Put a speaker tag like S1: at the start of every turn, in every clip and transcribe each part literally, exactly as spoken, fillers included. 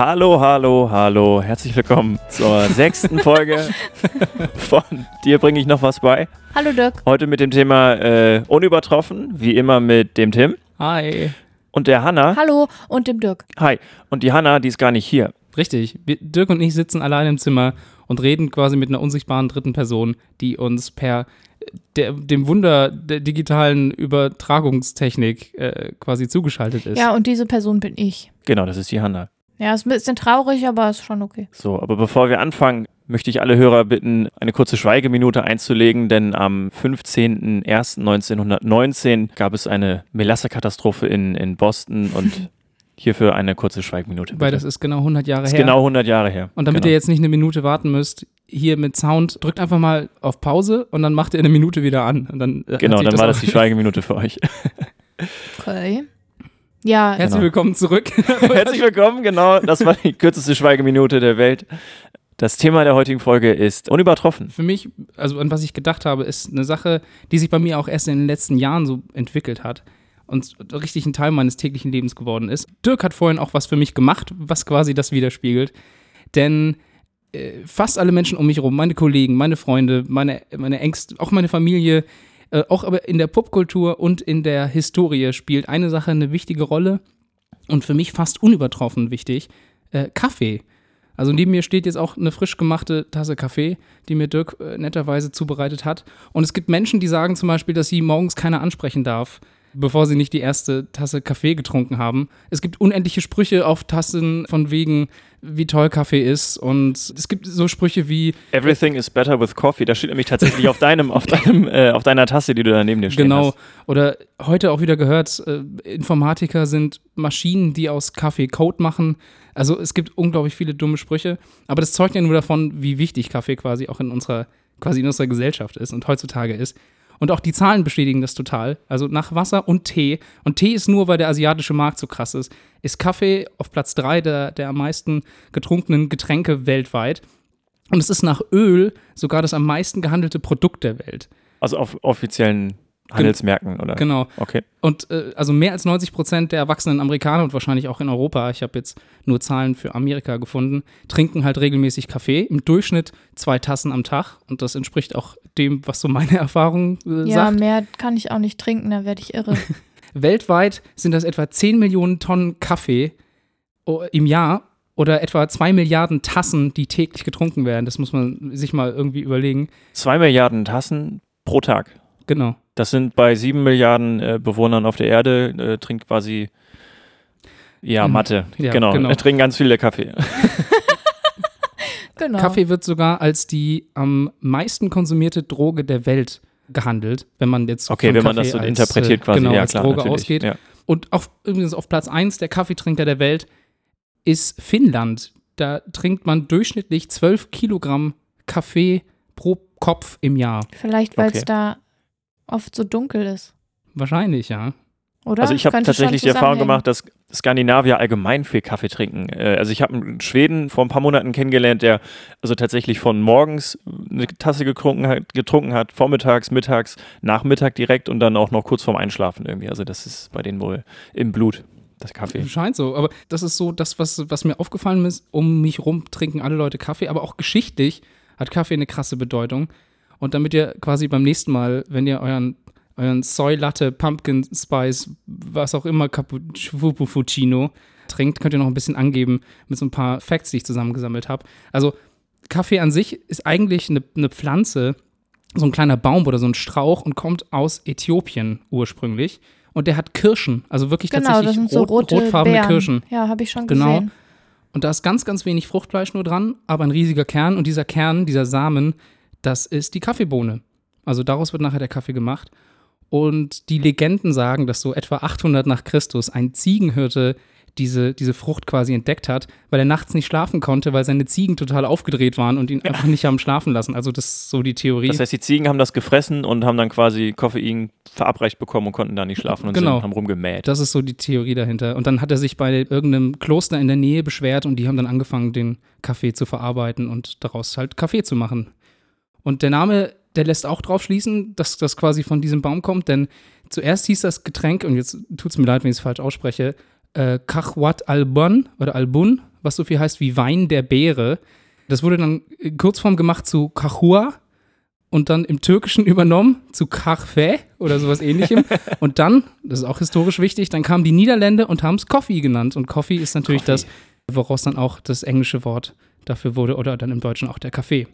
S1: Hallo, hallo, hallo. Herzlich willkommen zur sechsten Folge von Dir bringe ich noch was bei.
S2: Hallo Dirk.
S1: Heute mit dem Thema äh, unübertroffen, wie immer mit dem Tim.
S3: Hi.
S1: Und der Hanna.
S2: Hallo und dem Dirk.
S1: Hi. Und die Hanna, die ist gar nicht hier.
S3: Richtig. Wir, Dirk und ich sitzen allein im Zimmer und reden quasi mit einer unsichtbaren dritten Person, die uns per der, dem Wunder der digitalen Übertragungstechnik äh, quasi zugeschaltet ist.
S2: Ja, und diese Person bin ich.
S1: Genau, das ist die Hanna.
S2: Ja, ist ein bisschen traurig, aber ist schon okay.
S1: So, aber bevor wir anfangen, möchte ich alle Hörer bitten, eine kurze Schweigeminute einzulegen, denn am fünfzehnten ersten neunzehnhundertneunzehn gab es eine Melasse-Katastrophe in, in Boston und hierfür eine kurze Schweigeminute.
S3: Weil das ist genau hundert Jahre
S1: das ist
S3: her.
S1: genau hundert Jahre her.
S3: Und damit
S1: genau.
S3: ihr jetzt nicht eine Minute warten müsst, hier mit Sound, drückt einfach mal auf Pause und dann macht ihr eine Minute wieder an. Und dann
S1: genau, dann das war das die Schweigeminute für euch.
S2: Okay. Ja.
S3: Herzlich
S1: genau.
S3: willkommen zurück.
S1: Herzlich willkommen, genau. Das war die kürzeste Schweigeminute der Welt. Das Thema der heutigen Folge ist unübertroffen.
S3: Für mich, also an was ich gedacht habe, ist eine Sache, die sich bei mir auch erst in den letzten Jahren so entwickelt hat und richtig ein Teil meines täglichen Lebens geworden ist. Dirk hat vorhin auch was für mich gemacht, was quasi das widerspiegelt. Denn äh, fast alle Menschen um mich herum, meine Kollegen, meine Freunde, meine, meine Ängste, auch meine Familie, äh, auch aber in der Popkultur und in der Historie spielt eine Sache eine wichtige Rolle und für mich fast unübertroffen wichtig, äh, Kaffee. Also neben mir steht jetzt auch eine frisch gemachte Tasse Kaffee, die mir Dirk äh, netterweise zubereitet hat. Und es gibt Menschen, die sagen zum Beispiel, dass sie morgens keiner ansprechen darf, bevor sie nicht die erste Tasse Kaffee getrunken haben. Es gibt unendliche Sprüche auf Tassen von wegen, wie toll Kaffee ist. Und es gibt so Sprüche wie
S1: Everything is better with coffee. Das steht nämlich tatsächlich auf deinem, auf deinem, äh, auf deiner Tasse, die du da neben dir stehen
S3: genau.
S1: hast.
S3: Oder heute auch wieder gehört, äh, Informatiker sind Maschinen, die aus Kaffee Code machen. Also es gibt unglaublich viele dumme Sprüche. Aber das zeugt ja nur davon, wie wichtig Kaffee quasi auch in unserer, quasi in unserer Gesellschaft ist und heutzutage ist. Und auch die Zahlen bestätigen das total. Also nach Wasser und Tee. Und Tee ist nur, weil der asiatische Markt so krass ist. Ist Kaffee auf Platz drei der, der am meisten getrunkenen Getränke weltweit. Und es ist nach Öl sogar das am meisten gehandelte Produkt der Welt.
S1: Also auf offiziellen Handelsmärkten, oder?
S3: Genau.
S1: Okay.
S3: Und äh, also mehr als neunzig Prozent der erwachsenen Amerikaner und wahrscheinlich auch in Europa, ich habe jetzt nur Zahlen für Amerika gefunden, trinken halt regelmäßig Kaffee. Im Durchschnitt zwei Tassen am Tag. Und das entspricht auch dem, was so meine Erfahrung äh,
S2: ja,
S3: sagt.
S2: Ja, mehr kann ich auch nicht trinken, da werde ich irre.
S3: Weltweit sind das etwa zehn Millionen Tonnen Kaffee im Jahr oder etwa zwei Milliarden Tassen, die täglich getrunken werden. Das muss man sich mal irgendwie überlegen.
S1: Zwei Milliarden Tassen pro Tag.
S3: Genau.
S1: Das sind bei sieben Milliarden äh, Bewohnern auf der Erde, äh, trinkt quasi, ja, Mathe.
S3: Ja,
S1: genau.
S3: genau.
S1: Äh, trinken ganz viele Kaffee.
S2: Genau.
S3: Kaffee wird sogar als die am meisten konsumierte Droge der Welt gehandelt, wenn man jetzt
S1: okay,
S3: von
S1: wenn
S3: Kaffee
S1: man das so
S3: als,
S1: interpretiert quasi,
S3: genau,
S1: ja,
S3: als
S1: klar,
S3: Droge
S1: natürlich.
S3: ausgeht.
S1: Ja.
S3: Und auf, übrigens auf Platz eins der Kaffeetrinker der Welt ist Finnland. Da trinkt man durchschnittlich zwölf Kilogramm Kaffee pro Kopf im Jahr.
S2: Vielleicht, weil es
S1: Okay.
S2: da oft so dunkel ist.
S3: Wahrscheinlich, ja.
S2: Oder?
S1: Also ich habe
S2: Könnte
S1: tatsächlich
S2: schon
S1: die Erfahrung
S2: zusammenhängen.
S1: gemacht, dass Skandinavier allgemein viel Kaffee trinken. Äh, also ich habe einen Schweden vor ein paar Monaten kennengelernt, der also tatsächlich von morgens eine Tasse getrunken hat, getrunken hat, vormittags, mittags, Nachmittag direkt und dann auch noch kurz vorm Einschlafen irgendwie. Also das ist bei denen wohl im Blut, das Kaffee.
S3: Scheint so, aber das ist so das, was, was mir aufgefallen ist. Um mich rum trinken alle Leute Kaffee, aber auch geschichtlich hat Kaffee eine krasse Bedeutung. Und damit ihr quasi beim nächsten Mal, wenn ihr euren, euren Soy Latte, Pumpkin Spice, was auch immer, Cappuccino trinkt, könnt ihr noch ein bisschen angeben mit so ein paar Facts, die ich zusammengesammelt habe. Also Kaffee an sich ist eigentlich eine, eine Pflanze, so ein kleiner Baum oder so ein Strauch und kommt aus Äthiopien ursprünglich. Und der hat Kirschen, also wirklich
S2: Genau,
S3: tatsächlich
S2: das sind so
S3: rot,
S2: rote
S3: rotfarbene
S2: Beeren.
S3: Kirschen.
S2: Ja, habe ich schon
S3: Genau.
S2: gesehen.
S3: Und da ist ganz, ganz wenig Fruchtfleisch nur dran, aber ein riesiger Kern. Und dieser Kern, dieser Samen, das ist die Kaffeebohne. Also daraus wird nachher der Kaffee gemacht. Und die Legenden sagen, dass so etwa achthundert nach Christus ein Ziegenhirte diese, diese Frucht quasi entdeckt hat, weil er nachts nicht schlafen konnte, weil seine Ziegen total aufgedreht waren und ihn einfach nicht haben schlafen lassen. Also das ist so die Theorie.
S1: Das heißt, die Ziegen haben das gefressen und haben dann quasi Koffein verabreicht bekommen und konnten da nicht schlafen und
S3: Genau.
S1: sind, haben rumgemäht.
S3: Das ist so die Theorie dahinter. Und dann hat er sich bei irgendeinem Kloster in der Nähe beschwert und die haben dann angefangen, den Kaffee zu verarbeiten und daraus halt Kaffee zu machen. Und der Name, der lässt auch drauf schließen, dass das quasi von diesem Baum kommt, denn zuerst hieß das Getränk, und jetzt tut es mir leid, wenn ich es falsch ausspreche, äh, Kahwat al-Bun oder al-Bun, was so viel heißt wie Wein der Beere. Das wurde dann in Kurzform gemacht zu Kahua und dann im Türkischen übernommen zu Kahve oder sowas ähnlichem. Und dann, das ist auch historisch wichtig, dann kamen die Niederländer und haben es Coffee genannt. Und Coffee ist natürlich Coffee. das, woraus dann auch das englische Wort dafür wurde oder dann im Deutschen auch der Kaffee.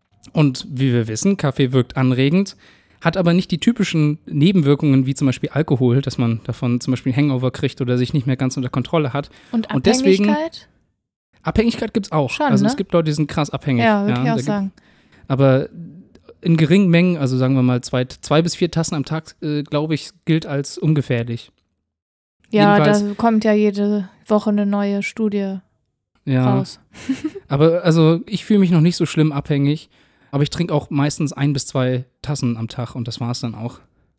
S3: Und wie wir wissen, Kaffee wirkt anregend, hat aber nicht die typischen Nebenwirkungen wie zum Beispiel Alkohol, dass man davon zum Beispiel Hangover kriegt oder sich nicht mehr ganz unter Kontrolle hat.
S2: Und
S3: Und deswegen-
S2: Abhängigkeit?
S3: Abhängigkeit gibt es auch.
S2: Schon,
S3: also
S2: ne?
S3: es gibt Leute, die sind krass abhängig.
S2: Ja, würde ich
S3: da
S2: auch
S3: gibt-
S2: sagen.
S3: Aber in geringen Mengen, also sagen wir mal zwei, zwei bis vier Tassen am Tag, äh, glaube ich, gilt als ungefährlich.
S2: Ja, da
S3: Jedenfalls-
S2: kommt ja jede Woche eine neue Studie
S3: Ja,
S2: raus.
S3: aber also ich fühle mich noch nicht so schlimm abhängig, aber ich trinke auch meistens ein bis zwei Tassen am Tag und das war es dann auch.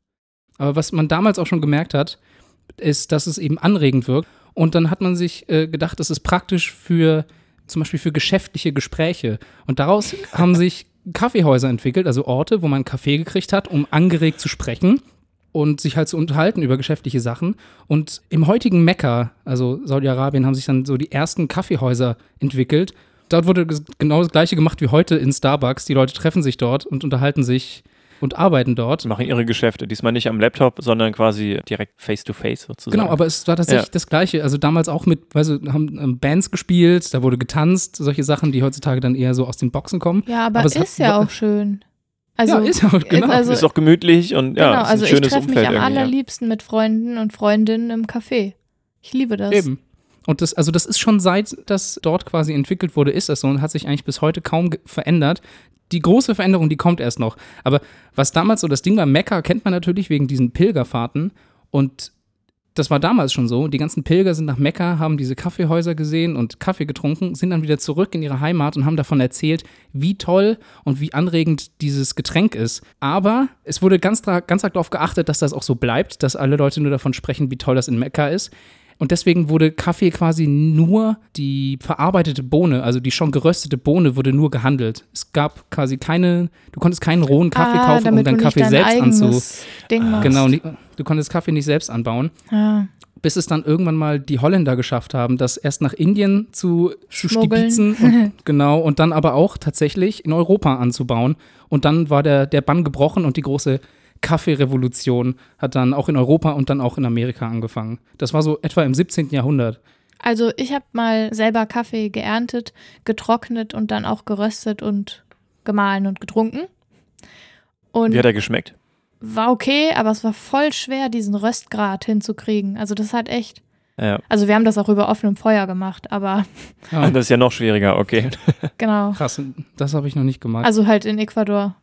S3: Aber was man damals auch schon gemerkt hat, ist, dass es eben anregend wirkt und dann hat man sich äh, gedacht, das ist praktisch für zum Beispiel für geschäftliche Gespräche und daraus haben sich Kaffeehäuser entwickelt, also Orte, wo man Kaffee gekriegt hat, um angeregt zu sprechen und sich halt zu unterhalten über geschäftliche Sachen. Und im heutigen Mekka, also Saudi-Arabien, haben sich dann so die ersten Kaffeehäuser entwickelt. Dort wurde ges- genau das Gleiche gemacht wie heute in Starbucks. Die Leute treffen sich dort und unterhalten sich und arbeiten dort.
S1: Sie machen ihre Geschäfte, diesmal nicht am Laptop, sondern quasi direkt face-to-face sozusagen.
S3: Genau, aber es war tatsächlich
S1: Ja.
S3: das Gleiche. Also damals auch mit, weißt du, haben ähm, Bands gespielt, da wurde getanzt, solche Sachen, die heutzutage dann eher so aus den Boxen kommen.
S2: Ja, aber,
S3: Aber es hat-
S2: ist ja auch schön. Also,
S3: ja, ist auch, genau.
S2: also,
S1: ist auch gemütlich und ja,
S2: genau,
S1: ist
S2: also
S1: ein
S2: ich
S1: schönes
S2: treffe mich
S1: Umfeld
S2: am
S1: irgendwie. Ja.
S2: allerliebsten mit Freunden und Freundinnen im Café. Ich liebe das.
S3: Eben. Und das, also das ist schon seit das dort quasi entwickelt wurde, ist das so und hat sich eigentlich bis heute kaum ge- verändert. Die große Veränderung, die kommt erst noch. Aber was damals so das Ding war, Mekka kennt man natürlich wegen diesen Pilgerfahrten und das war damals schon so. Die ganzen Pilger sind nach Mekka, haben diese Kaffeehäuser gesehen und Kaffee getrunken, sind dann wieder zurück in ihre Heimat und haben davon erzählt, wie toll und wie anregend dieses Getränk ist. Aber es wurde ganz, dra- ganz arg darauf geachtet, dass das auch so bleibt, dass alle Leute nur davon sprechen, wie toll das in Mekka ist. Und deswegen wurde Kaffee quasi nur die verarbeitete Bohne, also die schon geröstete Bohne, wurde nur gehandelt. Es gab quasi keine, du konntest keinen rohen Kaffee
S2: ah,
S3: kaufen, um
S2: damit
S3: deinen
S2: du nicht
S3: Kaffee
S2: dein
S3: selbst anzu.
S2: eigenes Ding machst.
S3: Genau, ni- du konntest Kaffee nicht selbst anbauen.
S2: Ja.
S3: Bis es dann irgendwann mal die Holländer geschafft haben, das erst nach Indien zu, zu
S2: Schmuggeln.
S3: stibitzen und, genau, und dann aber auch tatsächlich in Europa anzubauen. Und dann war der, der Bann gebrochen und die große Kaffeerevolution hat dann auch in Europa und dann auch in Amerika angefangen. Das war so etwa im siebzehnten Jahrhundert.
S2: Also ich habe mal selber Kaffee geerntet, getrocknet und dann auch geröstet und gemahlen und getrunken. Und
S1: Wie hat er geschmeckt?
S2: war okay, aber es war voll schwer, diesen Röstgrad hinzukriegen. Also das hat echt,
S1: Ja.
S2: also wir haben das auch über offenem Feuer gemacht, aber
S3: Ja,
S1: Das ist ja noch schwieriger, okay.
S2: genau.
S3: krass, das habe ich noch nicht gemacht.
S2: Also halt in Ecuador.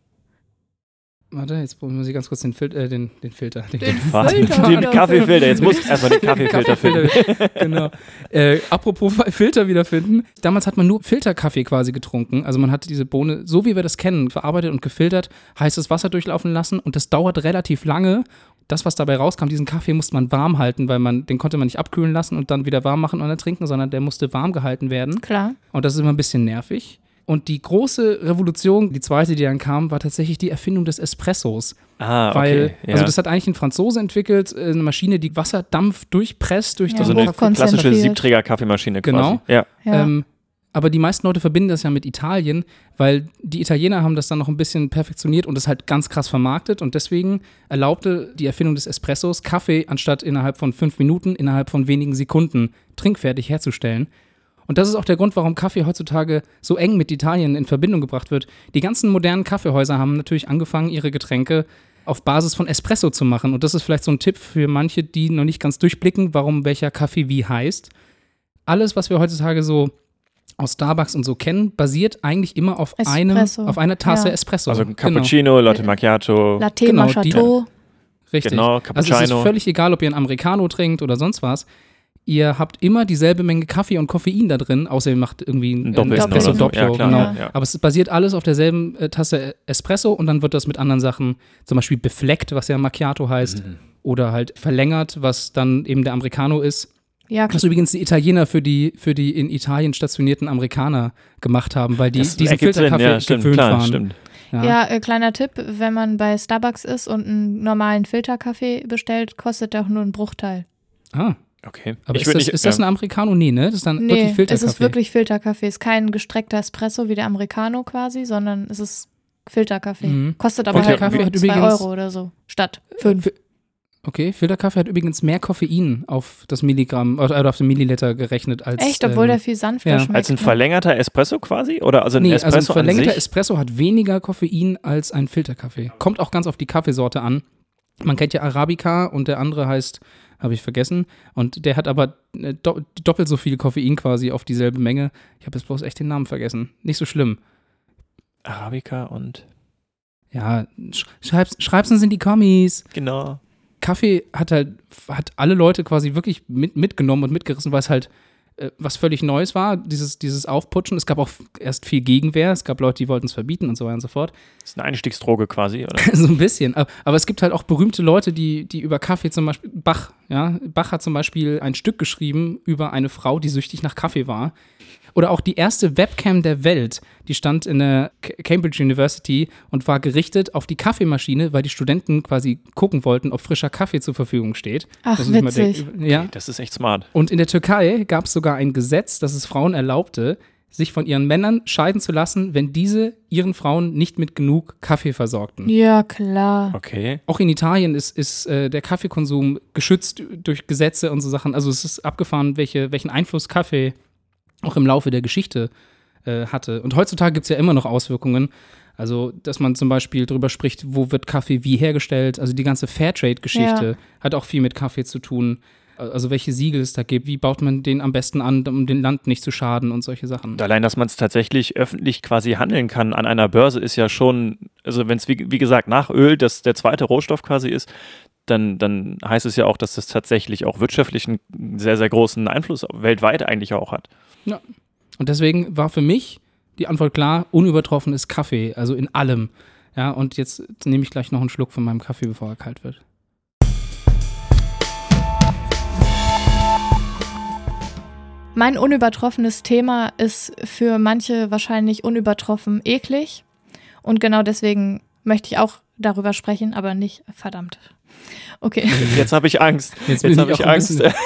S3: Warte, jetzt muss ich ganz kurz den, Fil äh, den, den Filter. Den,
S2: Den
S1: Was?
S2: Filter,
S1: Den
S2: oder?
S1: Kaffeefilter, jetzt muss erstmal den Kaffeefilter finden.
S3: genau. Äh, apropos Filter wiederfinden. Damals hat man nur Filterkaffee quasi getrunken. Also man hat diese Bohne, so wie wir das kennen, verarbeitet und gefiltert, heißes Wasser durchlaufen lassen und das dauert relativ lange. Das, was dabei rauskam, diesen Kaffee musste man warm halten, weil man, den konnte man nicht abkühlen lassen und dann wieder warm machen und dann trinken, sondern der musste warm gehalten werden.
S2: Klar.
S3: Und das ist immer ein bisschen nervig. Und die große Revolution, die zweite, die dann kam, war tatsächlich die Erfindung des Espressos.
S1: Ah,
S3: Weil,
S1: okay. Ja.
S3: also das hat eigentlich ein Franzose entwickelt, äh, eine Maschine, die Wasserdampf durchpresst durch
S2: Ja,
S3: den
S1: also eine
S2: hochkonzentriert.
S1: klassische Siebträger-Kaffeemaschine quasi.
S3: Genau.
S1: Ja.
S2: Ja.
S3: Ähm, aber die meisten Leute verbinden das ja mit Italien, weil die Italiener haben das dann noch ein bisschen perfektioniert und das halt ganz krass vermarktet und deswegen erlaubte die Erfindung des Espressos Kaffee anstatt innerhalb von fünf Minuten, innerhalb von wenigen Sekunden trinkfertig herzustellen. Und das ist auch der Grund, warum Kaffee heutzutage so eng mit Italien in Verbindung gebracht wird. Die ganzen modernen Kaffeehäuser haben natürlich angefangen, ihre Getränke auf Basis von Espresso zu machen. Und das ist vielleicht so ein Tipp für manche, die noch nicht ganz durchblicken, warum welcher Kaffee wie heißt. Alles, was wir heutzutage so aus Starbucks und so kennen, basiert eigentlich immer auf einem,
S2: Espresso.
S3: auf einer Tasse
S2: Ja.
S3: Espresso.
S1: Also Cappuccino, Latte Macchiato.
S2: Latte
S3: Genau,
S2: Macchiato.
S3: Richtig.
S1: Genau,
S3: Also es
S1: Cappuccino.
S3: ist völlig egal, ob ihr einen Americano trinkt oder sonst was. Ihr habt immer dieselbe Menge Kaffee und Koffein da drin, außer ihr macht irgendwie
S1: Ein
S3: ein
S1: Doppelten
S3: Espresso
S2: oder so.
S3: Doppio.
S1: Ja, klar,
S3: Genau.
S1: ja, ja.
S3: Aber es basiert alles auf derselben äh, Tasse Espresso und dann wird das mit anderen Sachen, zum Beispiel befleckt, was ja Macchiato heißt,
S1: Mhm.
S3: oder halt verlängert, was dann eben der Americano ist.
S2: Ja,
S3: Was übrigens die Italiener für die, für die in Italien stationierten Amerikaner gemacht haben, weil die
S1: Das
S3: diesen
S1: ergibt Sinn,
S3: Filterkaffee
S1: ja, stimmt,
S3: gewöhnt
S1: klar,
S3: waren.
S1: stimmt.
S3: Ja.
S2: ja äh, kleiner Tipp, wenn man bei Starbucks ist und einen normalen Filterkaffee bestellt, kostet der auch nur einen Bruchteil.
S3: Ah,
S1: Okay.
S3: Aber
S1: ich
S3: ist,
S1: würd
S3: das,
S1: nicht,
S3: ist das
S1: ja.
S3: ein Americano? Nee, ne? Das ist dann
S2: Nee,
S3: wirklich
S2: es
S3: Filterkaffee.
S2: ist wirklich Filterkaffee. Es ist kein gestreckter Espresso wie der Americano quasi, sondern es ist Filterkaffee.
S3: Mhm.
S2: Kostet aber
S3: Filterkaffee
S2: halt
S3: hat
S2: nur zwei
S3: übrigens-
S2: Euro oder so statt fünf.
S3: Fi- Okay, Filterkaffee hat übrigens mehr Koffein auf das Milligramm oder auf den Milliliter gerechnet als.
S2: Echt, obwohl
S3: ähm,
S2: der viel sanfter
S3: ja.
S2: schmeckt.
S1: Als ein
S2: ne?
S1: verlängerter Espresso quasi? Oder also ein
S3: Nee,
S1: Espresso
S3: also ein verlängerter
S1: an sich?
S3: Espresso hat weniger Koffein als ein Filterkaffee. Kommt auch ganz auf die Kaffeesorte an. Man kennt ja Arabica und der andere heißt, habe ich vergessen. Und der hat aber äh, do- doppelt so viel Koffein quasi auf dieselbe Menge. Ich habe jetzt bloß echt den Namen vergessen. Nicht so schlimm.
S1: Arabica und.
S3: Ja, sch schreib's, schreib's uns in die Kommis.
S1: Genau.
S3: Kaffee hat halt, hat alle Leute quasi wirklich mit, mitgenommen und mitgerissen, weil es halt äh, was völlig Neues war, dieses, dieses Aufputschen. Es gab auch erst viel Gegenwehr. Es gab Leute, die wollten es verbieten und so weiter und so fort.
S1: Das ist eine Einstiegsdroge quasi, oder?
S3: So ein bisschen. Aber, aber es gibt halt auch berühmte Leute, die, die über Kaffee zum Beispiel, Bach, ja, Bach hat zum Beispiel ein Stück geschrieben über eine Frau, die süchtig nach Kaffee war. Oder auch die erste Webcam der Welt, die stand in der K- Cambridge University und war gerichtet auf die Kaffeemaschine, weil die Studenten quasi gucken wollten, ob frischer Kaffee zur Verfügung steht.
S2: Ach,
S3: Das ist immer der-
S2: witzig.
S3: ja.
S1: Okay, das ist echt smart.
S3: Und in der Türkei gab es sogar ein Gesetz, das es Frauen erlaubte, sich von ihren Männern scheiden zu lassen, wenn diese ihren Frauen nicht mit genug Kaffee versorgten.
S2: Ja, klar.
S1: Okay.
S3: Auch in Italien ist, ist äh, der Kaffeekonsum geschützt durch Gesetze und so Sachen. Also es ist abgefahren, welche, welchen Einfluss Kaffee auch im Laufe der Geschichte äh, hatte. Und heutzutage gibt es ja immer noch Auswirkungen. Also, dass man zum Beispiel darüber spricht, wo wird Kaffee wie hergestellt. Also die ganze Fairtrade-Geschichte
S2: Ja.
S3: hat auch viel mit Kaffee zu tun. Also welche Siegel es da gibt, wie baut man den am besten an, um dem Land nicht zu schaden und solche Sachen.
S1: Und allein, dass man es tatsächlich öffentlich quasi handeln kann an einer Börse, ist ja schon, also wenn es wie, wie gesagt nach Öl das der zweite Rohstoff quasi ist, dann, dann heißt es ja auch, dass das tatsächlich auch wirtschaftlich einen sehr, sehr großen Einfluss weltweit eigentlich auch hat.
S3: Ja. Und deswegen war für mich die Antwort klar, unübertroffen ist Kaffee, also in allem. Ja, und jetzt nehme ich gleich noch einen Schluck von meinem Kaffee, bevor er kalt wird.
S2: Mein unübertroffenes Thema ist für manche wahrscheinlich unübertroffen eklig. Und genau deswegen möchte ich auch darüber sprechen, aber nicht verdammt. Okay.
S1: Jetzt habe ich Angst.
S3: Jetzt
S1: Jetzt,
S3: bin
S1: habe
S3: ich
S1: ich
S3: auch ein
S1: Angst.
S3: bisschen-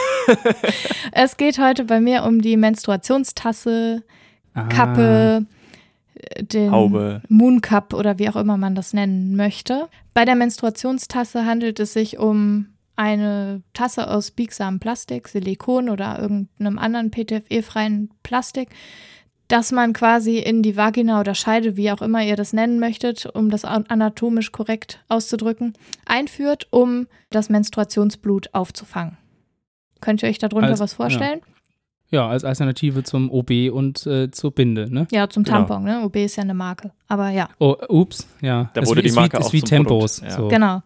S2: Es geht heute bei mir um die Menstruationstasse,
S3: Ah,
S2: Kappe, den
S1: Haube.
S2: Moon Cup oder wie auch immer man das nennen möchte. Bei der Menstruationstasse handelt es sich um eine Tasse aus biegsamem Plastik, Silikon oder irgendeinem anderen P T F E-freien Plastik, das man quasi in die Vagina oder Scheide, wie auch immer ihr das nennen möchtet, um das anatomisch korrekt auszudrücken, einführt, um das Menstruationsblut aufzufangen. Könnt ihr euch darunter
S3: Als-
S2: was vorstellen?
S3: Ja, als Alternative zum O B und äh, zur Binde, ne?
S2: Ja, zum
S1: Genau.
S2: Tampon, ne? O B ist ja eine Marke. Aber ja,
S3: Oh, ups, ja.
S1: Da
S3: Ist
S1: wurde
S3: wie-
S1: die
S3: ist
S1: Marke
S3: wie,
S1: auch
S3: ist wie
S1: zum
S3: Tempos.
S1: Produkt, ja.
S3: So.
S2: genau.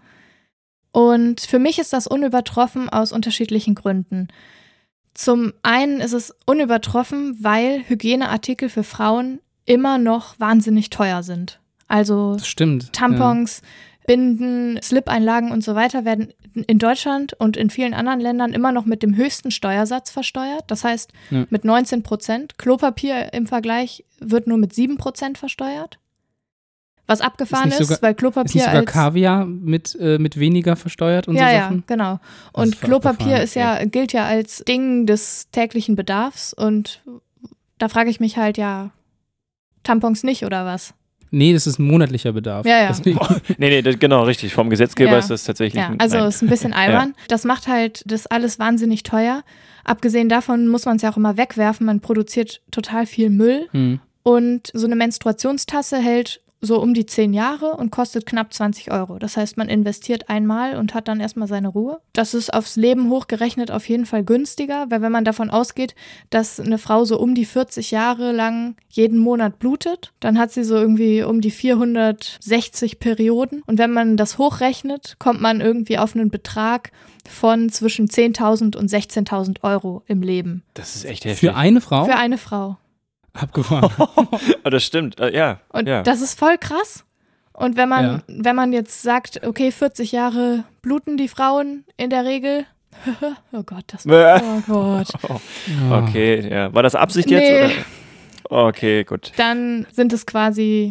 S2: Und für mich ist das unübertroffen aus unterschiedlichen Gründen. Zum einen ist es unübertroffen, weil Hygieneartikel für Frauen immer noch wahnsinnig teuer sind. Also
S3: Das stimmt.
S2: Tampons, Binden, Slip-Einlagen und so weiter werden in Deutschland und in vielen anderen Ländern immer noch mit dem höchsten Steuersatz versteuert. Das heißt
S3: Ja.
S2: mit neunzehn Prozent. Klopapier im Vergleich wird nur mit sieben Prozent versteuert. Was abgefahren
S3: nicht
S2: ist,
S3: sogar-
S2: weil
S3: Ja. Ist
S2: Klopapier
S3: nicht sogar
S2: als
S3: Kaviar mit, äh, mit weniger versteuert und
S2: ja,
S3: so
S2: ja,
S3: Sachen?
S2: genau.
S3: Das
S2: Und
S3: ist
S2: Klopapier
S3: abgefahren,
S2: ist ja, gilt ja als Ding des täglichen Bedarfs und da frage ich mich halt ja, Tampons nicht oder was?
S3: Nee, das ist ein monatlicher Bedarf.
S2: Ja, ja.
S3: Deswegen,
S1: Nee, nee, das, genau, richtig. Vom Gesetzgeber
S2: Ja.
S1: ist das tatsächlich.
S2: Ja,
S1: ein-
S2: also
S1: nein.
S2: ist ein bisschen albern. Das macht halt das alles wahnsinnig teuer. Abgesehen davon muss man es ja auch immer wegwerfen. Man produziert total viel Müll.
S3: hm.
S2: Und so eine Menstruationstasse hält so um die zehn Jahre und kostet knapp zwanzig Euro. Das heißt, man investiert einmal und hat dann erstmal seine Ruhe. Das ist aufs Leben hochgerechnet auf jeden Fall günstiger, weil wenn man davon ausgeht, dass eine Frau so um die vierzig Jahre lang jeden Monat blutet, dann hat sie so irgendwie um die vierhundertsechzig Perioden. Und wenn man das hochrechnet, kommt man irgendwie auf einen Betrag von zwischen zehntausend und sechzehntausend Euro im Leben.
S1: Das ist echt heftig.
S3: Für eine Frau?
S2: Für eine Frau.
S3: Abgefahren.
S1: Oh, das stimmt, äh, ja.
S2: Und
S1: ja.
S2: das ist voll krass. Und wenn man,
S3: Ja.
S2: wenn man jetzt sagt, okay, vierzig Jahre bluten die Frauen in der Regel. Oh Gott, das war, oh Gott.
S3: Ja.
S1: Okay, ja. War das Absicht jetzt?
S2: Nee.
S1: Oder? Okay, gut.
S2: Dann sind es quasi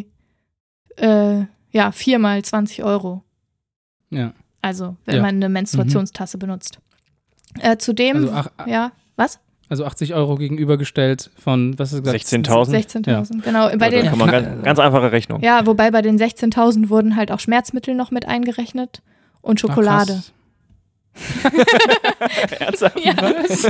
S2: äh, ja, viermal zwanzig Euro.
S3: Ja.
S2: Also, wenn
S3: Ja.
S2: man eine Menstruationstasse benutzt. Äh, zudem,
S3: Also, ach,
S2: ja, was?
S3: Also achtzig Euro gegenübergestellt von, was hast du gesagt?
S1: sechzehntausend.
S2: sechzehntausend, genau. Bei
S1: Also,
S2: den,
S1: kann man ganz, ganz einfache Rechnung.
S2: ja, wobei bei den sechzehntausend wurden halt auch Schmerzmittel noch mit eingerechnet und Schokolade.
S1: Ernsthaft?
S2: Ja.
S3: Was?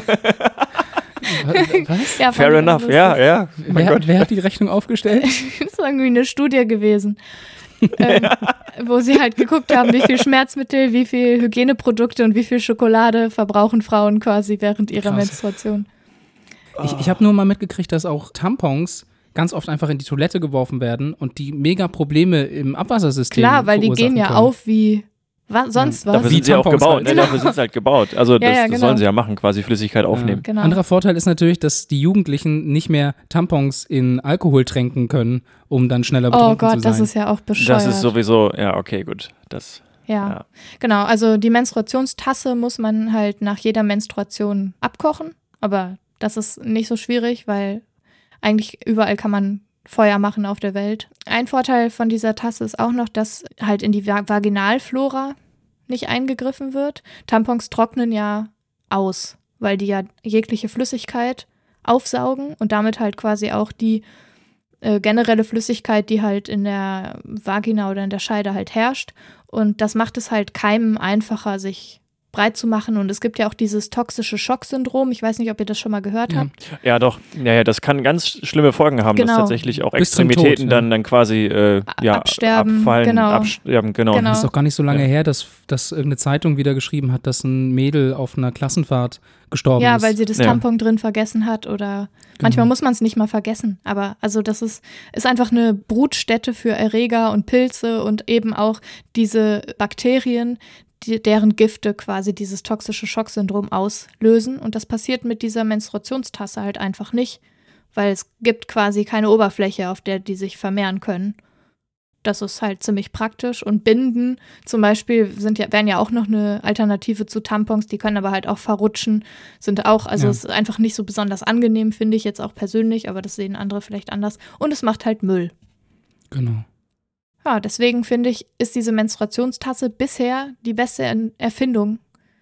S3: Was?
S2: Ja,
S1: Fair enough,
S2: lustig.
S1: ja, ja. Mein
S3: Wer,
S1: Gott.
S3: wer hat die Rechnung aufgestellt?
S2: Das ist irgendwie eine Studie gewesen, ähm, wo sie halt geguckt haben, wie viel Schmerzmittel, wie viel Hygieneprodukte und wie viel Schokolade verbrauchen Frauen quasi während ihrer
S3: Krass.
S2: Menstruation.
S3: Ich, ich habe nur mal mitgekriegt, dass auch Tampons ganz oft einfach in die Toilette geworfen werden und die mega Probleme im Abwassersystem
S2: Klar, weil die
S3: verursachen
S2: gehen ja
S3: können.
S2: auf wie wa- sonst was.
S1: Dafür
S3: Wie
S1: sind sie auch
S3: Tampons
S1: gebaut,
S3: halt.
S1: ne?
S2: Genau.
S1: Dafür sind sie halt gebaut. Also
S2: Ja,
S1: das,
S2: ja,
S1: das
S2: genau.
S1: sollen sie ja machen, quasi Flüssigkeit aufnehmen.
S2: Genau.
S3: Anderer Vorteil ist natürlich, dass die Jugendlichen nicht mehr Tampons in Alkohol tränken können, um dann schneller
S2: Oh
S3: betrunken zu
S2: Gott,
S3: sein.
S2: das ist ja auch bescheuert.
S1: Das ist sowieso, ja, okay, gut. Das,
S2: Ja.
S1: ja.
S2: Genau. Also die Menstruationstasse muss man halt nach jeder Menstruation abkochen, aber das ist nicht so schwierig, weil eigentlich überall kann man Feuer machen auf der Welt. Ein Vorteil von dieser Tasse ist auch noch, dass halt in die Va- Vaginalflora nicht eingegriffen wird. Tampons trocknen ja aus, weil die ja jegliche Flüssigkeit aufsaugen und damit halt quasi auch die äh, generelle Flüssigkeit, die halt in der Vagina oder in der Scheide halt herrscht. Und das macht es halt Keimen einfacher, sich breit zu machen. Und es gibt ja auch dieses toxische Schocksyndrom. Ich weiß nicht, ob ihr das schon mal gehört
S3: Ja.
S2: habt.
S1: ja, doch. Ja, ja, das kann ganz schlimme Folgen haben,
S2: Genau.
S1: dass tatsächlich auch
S3: Bis zum
S1: Extremitäten
S3: Tod, ja.
S1: dann, dann quasi äh, ja,
S2: Absterben,
S1: abfallen,
S2: genau.
S1: absterben, genau.
S2: Genau.
S3: Das ist doch gar nicht so lange
S1: Ja.
S3: her, dass, dass irgendeine Zeitung wieder geschrieben hat, dass ein Mädel auf einer Klassenfahrt gestorben
S2: Ja,
S3: ist.
S2: weil sie das
S1: Ja.
S2: Tampon drin vergessen hat oder manchmal muss man es nicht mal vergessen. Aber also das ist, ist einfach eine Brutstätte für Erreger und Pilze und eben auch diese Bakterien, die, deren Gifte quasi dieses toxische Schocksyndrom auslösen. Und das passiert mit dieser Menstruationstasse halt einfach nicht, weil es gibt quasi keine Oberfläche, auf der die sich vermehren können. Das ist halt ziemlich praktisch. Und Binden zum Beispiel sind ja, wären ja auch noch eine Alternative zu Tampons, die können aber halt auch verrutschen, sind auch, also
S3: Ja.
S2: es ist einfach nicht so besonders angenehm, finde ich jetzt auch persönlich, aber das sehen andere vielleicht anders. Und es macht halt Müll.
S3: Genau.
S2: Ja, deswegen finde ich, ist diese Menstruationstasse bisher die beste Er- Erfindung,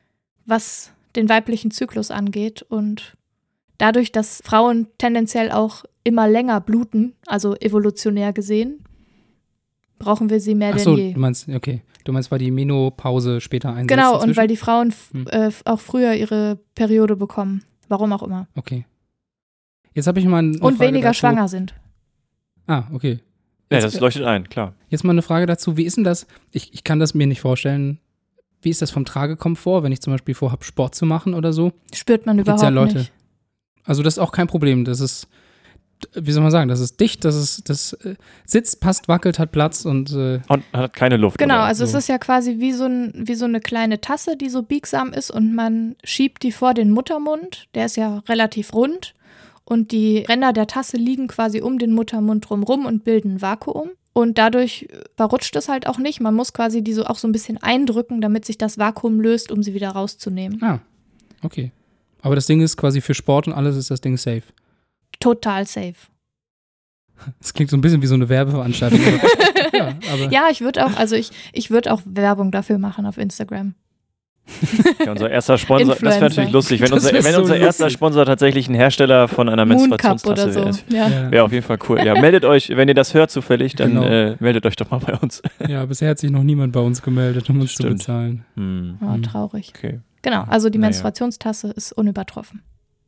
S2: was den weiblichen Zyklus angeht. Und dadurch, dass Frauen tendenziell auch immer länger bluten, also evolutionär gesehen, brauchen wir sie mehr
S3: Ach so,
S2: denn je.
S3: du meinst, okay. Du meinst, weil die Menopause später einsetzt
S2: Genau, und
S3: inzwischen?
S2: weil die Frauen f-
S3: Hm.
S2: äh, f- auch früher ihre Periode bekommen. Warum auch immer.
S3: Okay. Jetzt habe ich mal eine
S2: Und
S3: Frage
S2: weniger
S3: dazu.
S2: schwanger sind.
S3: Ah, okay.
S1: Ja,
S3: Jetzt,
S1: das leuchtet ein, klar.
S3: jetzt mal eine Frage dazu. Wie ist denn das? Ich, ich kann das mir nicht vorstellen. Wie ist das vom Tragekomfort, wenn ich zum Beispiel vorhabe, Sport zu machen oder so?
S2: Spürt man
S3: Gibt's
S2: überhaupt
S3: ja Leute.
S2: nicht.
S3: Also das ist auch kein Problem. Das ist, wie soll man sagen, das ist dicht, das ist, das äh, sitzt, passt, wackelt, hat Platz und äh,
S1: Und hat keine Luft.
S2: Genau,
S1: oder?
S2: also
S3: so.
S2: es ist ja quasi wie so, ein, wie so eine kleine Tasse, die so biegsam ist und man schiebt die vor den Muttermund. Der ist ja relativ rund und die Ränder der Tasse liegen quasi um den Muttermund drumrum und bilden ein Vakuum. Und dadurch verrutscht es halt auch nicht. Man muss quasi die so auch so ein bisschen eindrücken, damit sich das Vakuum löst, um sie wieder rauszunehmen.
S3: ah, okay. Aber das Ding ist quasi für Sport und alles ist das Ding safe.
S2: Total safe.
S3: Das klingt so ein bisschen wie so eine Werbeveranstaltung. aber, ja, aber
S2: Ja, ich würde auch, also ich, ich würde auch Werbung dafür machen auf Instagram.
S1: Ja, unser erster Sponsor, das wäre
S2: Influencer.
S1: natürlich lustig, wenn,
S3: Das
S1: unser,
S3: wär
S1: wenn
S3: so
S1: unser erster
S3: lustig.
S1: Sponsor tatsächlich ein Hersteller von einer
S2: Mooncup
S1: Menstruationstasse
S2: oder so.
S1: wäre.
S2: Ja.
S3: ja,
S1: Wäre auf jeden Fall cool. Ja, meldet euch, wenn ihr das hört zufällig, dann
S3: Genau.
S1: äh, meldet euch doch mal bei uns.
S3: ja, bisher hat sich noch niemand bei uns gemeldet, um uns zu
S1: Stimmt.
S3: bezahlen.
S1: Hm,
S2: Oh,
S3: Mhm.
S2: traurig.
S1: okay.
S2: Genau, also die
S1: Naja.
S2: Menstruationstasse ist unübertroffen.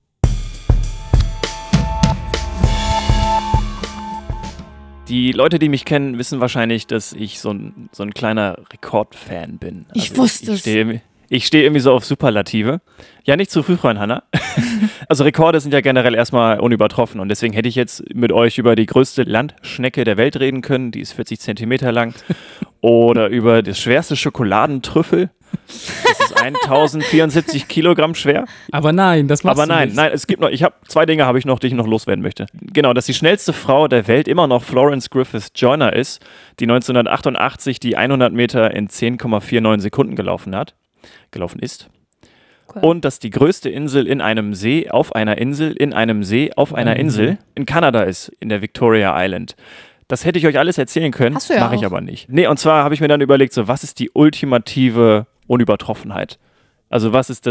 S1: Die Leute, die mich kennen, wissen wahrscheinlich, dass ich so ein, so ein kleiner Rekordfan bin.
S2: Ich wusste
S1: ich
S2: es.
S1: Stehe, ich stehe irgendwie so auf Superlative. Ja, nicht zu früh, Freund Hanna. Also Rekorde sind ja generell erstmal unübertroffen und deswegen hätte ich jetzt mit euch über die größte Landschnecke der Welt reden können, die ist vierzig Zentimeter lang, oder über das schwerste Schokoladentrüffel. Das ist tausendvierundsiebzig Kilogramm schwer.
S3: Aber nein, das machst
S1: Aber
S3: du
S1: nein,
S3: nicht.
S1: nein, es gibt noch, ich habe zwei Dinge habe ich noch, die ich noch loswerden möchte. Genau, dass die schnellste Frau der Welt immer noch Florence Griffith Joyner ist, die neunzehnhundertachtundachtzig die hundert Meter in zehn Komma neunundvierzig Sekunden gelaufen hat, gelaufen ist.
S2: Cool.
S1: Und dass die größte Insel in einem See, auf einer Insel, in einem See, auf einer
S3: Mhm.
S1: Insel in Kanada ist, in der Victoria Island. Das hätte ich euch alles erzählen können,
S2: Hast du ja
S1: mache ich
S2: auch.
S1: aber nicht. Nee, und zwar habe ich mir dann überlegt, so, was ist die ultimative Unübertroffenheit? Also was ist das,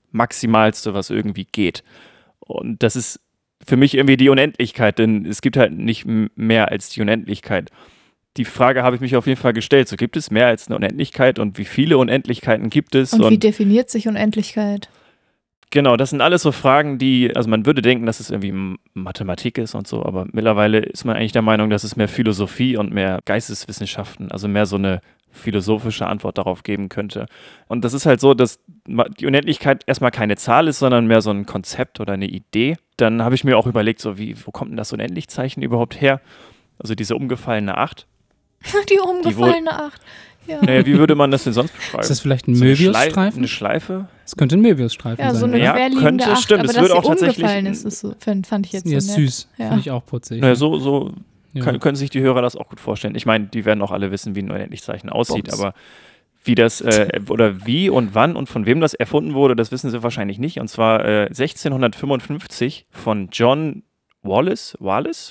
S1: Maximalste, was irgendwie geht. Und das ist für mich irgendwie die Unendlichkeit, denn es gibt halt nicht mehr als die Unendlichkeit. Die Frage habe ich mich auf jeden Fall gestellt. So, gibt es mehr als eine Unendlichkeit und wie viele Unendlichkeiten gibt es?
S2: Und,
S1: und
S2: wie definiert sich Unendlichkeit?
S1: Genau, das sind alles so Fragen, die, also man würde denken, dass es irgendwie Mathematik ist und so, aber mittlerweile ist man eigentlich der Meinung, dass es mehr Philosophie und mehr Geisteswissenschaften, also mehr so eine philosophische Antwort darauf geben könnte. Und das ist halt so, dass die Unendlichkeit erstmal keine Zahl ist, sondern mehr so ein Konzept oder eine Idee. Dann habe ich mir auch überlegt, so wie, wo kommt denn das Unendlichzeichen überhaupt her? Also diese umgefallene acht.
S2: Die umgefallene acht. Ja.
S1: Naja, wie würde man das denn sonst beschreiben?
S3: Ist das vielleicht ein
S1: so eine
S3: Möbiusstreifen?
S1: Schlei- eine Schleife?
S3: Es könnte ein Möbiusstreifen
S2: Ja, so
S3: sein.
S2: eine
S1: Ja,
S2: querliegende
S1: könnte,
S2: Acht,
S1: stimmt,
S2: aber
S1: es
S2: dass
S1: würde
S2: sie
S1: auch tatsächlich-
S2: umgefallen ist, ist so, fand, fand ich jetzt
S3: Ja,
S2: so nett.
S3: süß.
S2: Ja.
S3: Finde ich auch putzig.
S1: Naja, so, so
S3: Ja.
S1: können, können sich die Hörer das auch gut vorstellen. Ich meine, die werden auch alle wissen, wie ein Unendlichzeichen aussieht,
S3: Bums.
S1: aber wie das, äh, oder wie und wann und von wem das erfunden wurde, das wissen sie wahrscheinlich nicht. Und zwar äh, sechzehnhundertfünfundfünfzig von John Wallis, Wallis.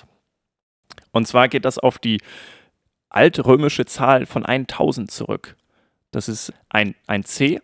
S1: Und zwar geht das auf die altrömische Zahl von tausend zurück. Das ist ein, ein C,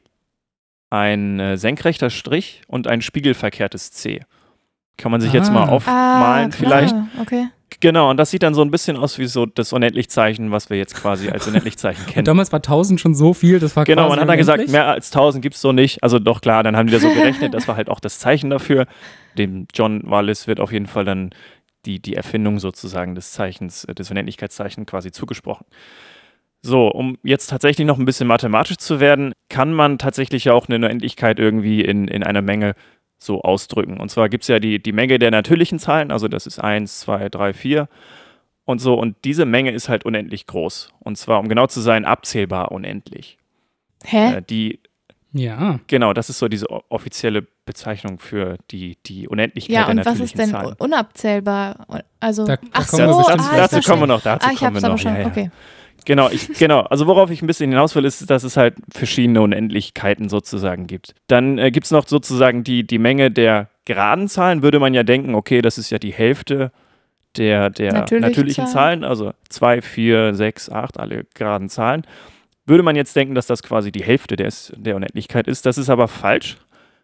S1: ein äh, senkrechter Strich und ein spiegelverkehrtes C. Kann man sich jetzt
S3: Ah.
S1: mal aufmalen
S2: Ah,
S1: vielleicht.
S2: klar, okay.
S1: Genau, und das sieht dann so ein bisschen aus wie so das Unendlichzeichen, was wir jetzt quasi als Unendlichzeichen
S3: Und
S1: kennen.
S3: damals war tausend schon so viel, das war
S1: Genau,
S3: quasi
S1: man hat dann gesagt,
S3: unendlich.
S1: mehr als tausend gibt es so nicht. Also doch klar, dann haben die da so gerechnet, das war halt auch das Zeichen dafür. Dem John Wallis wird auf jeden Fall dann die, die Erfindung sozusagen des Zeichens, des Unendlichkeitszeichens quasi zugesprochen. So, um jetzt tatsächlich noch ein bisschen mathematisch zu werden, kann man tatsächlich ja auch eine Unendlichkeit irgendwie in, in einer Menge so ausdrücken. Und zwar gibt es ja die, die Menge der natürlichen Zahlen, also das ist eins, zwei, drei, vier und so. Und diese Menge ist halt unendlich groß. Und zwar, um genau zu sein, abzählbar unendlich.
S2: Hä?
S1: Äh, die,
S3: Ja.
S1: genau, das ist so diese o- offizielle Bezeichnung für die, die Unendlichkeit
S2: Ja,
S1: der
S2: und was
S1: natürlichen
S2: ist denn
S1: Zahlen.
S2: unabzählbar? Also,
S3: Da- da
S2: ach so,
S3: kommen wir bestimmt
S2: ah,
S3: zu.
S2: ich
S1: dazu kommen wir
S2: verstehe.
S1: noch, dazu
S2: Ah, ich
S1: kommen
S2: hab's
S1: wir
S2: aber
S1: noch.
S2: schon,
S1: Ja, ja.
S2: okay.
S1: Genau, ich, genau. Also worauf ich ein bisschen hinaus will, ist, dass es halt verschiedene Unendlichkeiten sozusagen gibt. Dann äh, gibt es noch sozusagen die, die Menge der geraden Zahlen, würde man ja denken, okay, das ist ja die Hälfte der, der
S2: Natürliche
S1: natürlichen
S2: Zahlen.
S1: Zahlen, also zwei, vier, sechs, acht, alle geraden Zahlen. Würde man jetzt denken, dass das quasi die Hälfte des, der Unendlichkeit ist. Das ist aber falsch,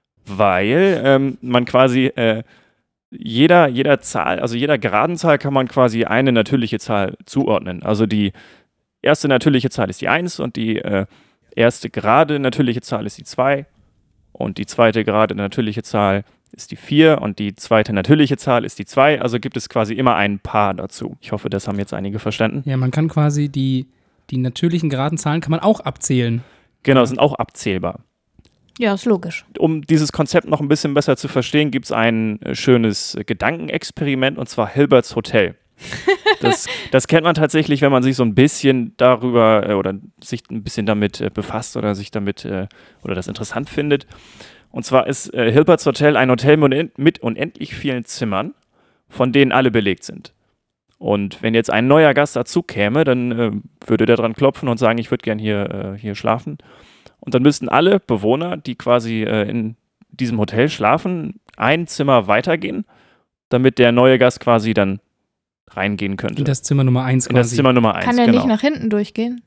S1: weil ähm, man quasi äh, jeder, jeder Zahl, also jeder geraden Zahl kann man quasi eine natürliche Zahl zuordnen. Also die erste natürliche Zahl ist die eins und die äh, erste gerade natürliche Zahl ist die zwei und die zweite gerade natürliche Zahl ist die vier und die zweite natürliche Zahl ist die zwei. Also gibt es quasi immer ein Paar dazu. Ich hoffe, das haben jetzt einige verstanden.
S3: Ja, man kann quasi die, die natürlichen geraden Zahlen kann man auch abzählen.
S1: Genau, sind auch abzählbar.
S2: Ja, ist logisch.
S1: Um dieses Konzept noch ein bisschen besser zu verstehen, gibt es ein äh, schönes äh, Gedankenexperiment, und zwar Hilberts Hotel. Das, das kennt man tatsächlich, wenn man sich so ein bisschen darüber äh, oder sich ein bisschen damit äh, befasst oder sich damit äh, oder das interessant findet. Und zwar ist äh, Hilberts Hotel ein Hotel mit, mit unendlich vielen Zimmern, von denen alle belegt sind. Und wenn jetzt ein neuer Gast dazu käme, dann äh, würde der dran klopfen und sagen, ich würde gern hier, äh, hier schlafen. Und dann müssten alle Bewohner, die quasi äh, in diesem Hotel schlafen, ein Zimmer weitergehen, damit der neue Gast quasi dann reingehen könnte.
S3: In das Zimmer Nummer eins
S1: In das
S3: quasi.
S1: Zimmer Nummer eins,
S2: Kann er
S1: genau.
S2: nicht nach hinten durchgehen?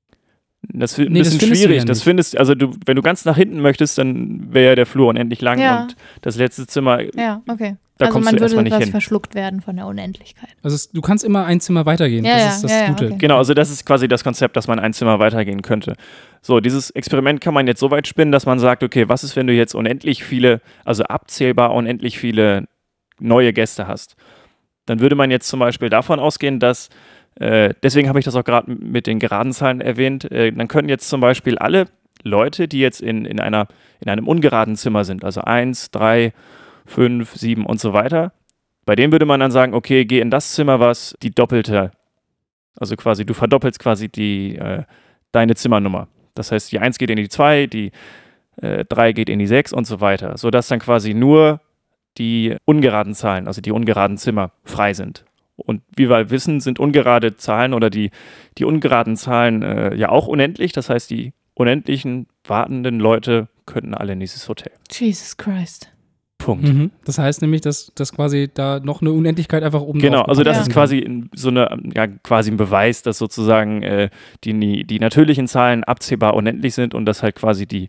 S1: Das ist ein
S3: Nee, das
S1: bisschen
S3: findest du
S1: schwierig.
S3: ja
S1: Das
S3: nicht.
S1: findest, also du, wenn du ganz nach hinten möchtest, dann wäre ja der Flur unendlich lang
S2: Ja.
S1: und das letzte Zimmer,
S2: Ja, okay.
S1: da
S2: also
S1: kommst
S2: man
S1: du erstmal
S2: würde
S1: nicht
S2: quasi
S1: hin.
S2: verschluckt werden von der Unendlichkeit.
S3: Also es, du kannst immer ein Zimmer weitergehen.
S2: Ja,
S3: das
S2: ja,
S3: ist das
S2: ja, ja,
S3: Gute.
S2: okay.
S1: Genau, also das ist quasi das Konzept, dass man ein Zimmer weitergehen könnte. So, dieses Experiment kann man jetzt so weit spinnen, dass man sagt, okay, was ist, wenn du jetzt unendlich viele, also abzählbar unendlich viele neue Gäste hast? Dann würde man jetzt zum Beispiel davon ausgehen, dass, äh, deswegen habe ich das auch gerade mit den geraden Zahlen erwähnt, äh, dann könnten jetzt zum Beispiel alle Leute, die jetzt in, in, einer, in einem ungeraden Zimmer sind, also eins, drei, fünf, sieben und so weiter, bei denen würde man dann sagen, okay, geh in das Zimmer, was die doppelte, also quasi, du verdoppelst quasi die, äh, deine Zimmernummer. Das heißt, die eins geht in die zwei, die äh, drei geht in die sechs und so weiter, sodass dann quasi nur die ungeraden Zahlen, also die ungeraden Zimmer, frei sind. Und wie wir wissen, sind ungerade Zahlen oder die, die ungeraden Zahlen äh, ja auch unendlich. Das heißt, die unendlichen wartenden Leute könnten alle in dieses Hotel.
S2: Jesus Christ.
S1: Punkt.
S3: Mhm. Das heißt nämlich, dass, dass quasi da noch eine Unendlichkeit einfach oben
S1: Genau,
S3: drauf
S1: also das
S2: Ja.
S1: ist quasi in- so eine, ja, quasi ein Beweis, dass sozusagen äh, die, die natürlichen Zahlen absehbar unendlich sind und dass halt quasi die,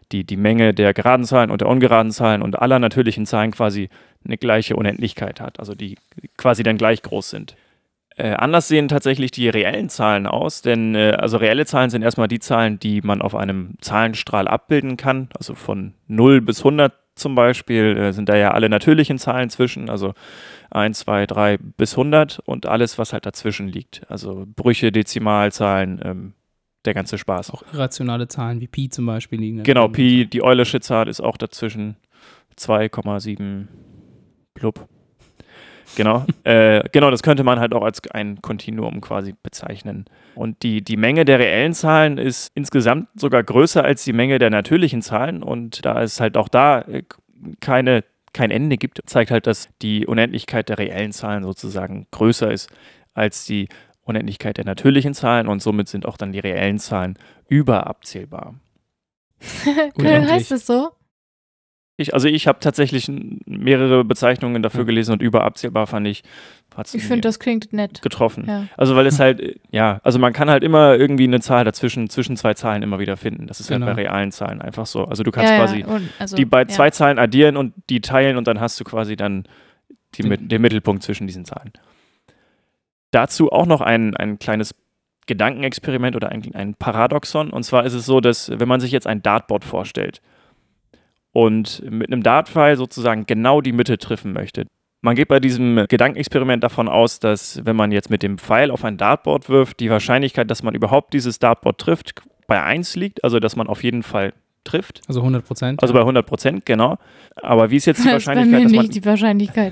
S1: die, die Menge der geraden Zahlen und der ungeraden Zahlen und aller natürlichen Zahlen quasi eine gleiche Unendlichkeit hat, also die quasi dann gleich groß sind. Äh, anders sehen tatsächlich die reellen Zahlen aus, denn äh, also reelle Zahlen sind erstmal die Zahlen, die man auf einem Zahlenstrahl abbilden kann, also von null bis hundert zum Beispiel äh, sind da ja alle natürlichen Zahlen zwischen, also eins, zwei, drei bis hundert und alles, was halt dazwischen liegt, also Brüche, Dezimalzahlen, ähm, der ganze Spaß.
S3: Auch irrationale Zahlen wie Pi zum Beispiel liegen.
S1: Genau, Pi, die Eulersche Zahl ist auch dazwischen zwei Komma sieben blub. Genau, äh, genau, das könnte man halt auch als ein Kontinuum quasi bezeichnen. Und die, die Menge der reellen Zahlen ist insgesamt sogar größer als die Menge der natürlichen Zahlen. Und da es halt auch da keine, kein Ende gibt, zeigt halt, dass die Unendlichkeit der reellen Zahlen sozusagen größer ist als die Unendlichkeit der natürlichen Zahlen. Und somit sind auch dann die reellen Zahlen überabzählbar.
S2: Heißt das so?
S1: Ich, also ich habe tatsächlich mehrere Bezeichnungen dafür gelesen und überabzählbar fand ich, hat's
S2: Ich finde, das klingt nett.
S1: getroffen.
S2: Ja.
S1: Also weil es halt, ja, also man kann halt immer irgendwie eine Zahl dazwischen, zwischen zwei Zahlen immer wieder finden. Das ist
S3: Genau.
S1: halt bei realen Zahlen einfach so. Also du kannst
S2: ja,
S1: quasi
S2: ja. Und, also,
S1: die bei
S2: ja.
S1: zwei Zahlen addieren und die teilen und dann hast du quasi dann die, den, den Mittelpunkt zwischen diesen Zahlen. Dazu auch noch ein, ein kleines Gedankenexperiment oder ein, ein Paradoxon. Und zwar ist es so, dass wenn man sich jetzt ein Dartboard vorstellt, und mit einem Dartpfeil sozusagen genau die Mitte treffen möchte. Man geht bei diesem Gedankenexperiment davon aus, dass wenn man jetzt mit dem Pfeil auf ein Dartboard wirft, die Wahrscheinlichkeit, dass man überhaupt dieses Dartboard trifft, bei eins liegt, also dass man auf jeden Fall trifft.
S3: Also hundert Prozent.
S1: Also bei hundert Prozent, genau. Aber wie ist jetzt die
S2: Das ist bei
S1: Wahrscheinlichkeit,
S2: mir
S1: dass man...
S2: nicht die Wahrscheinlichkeit.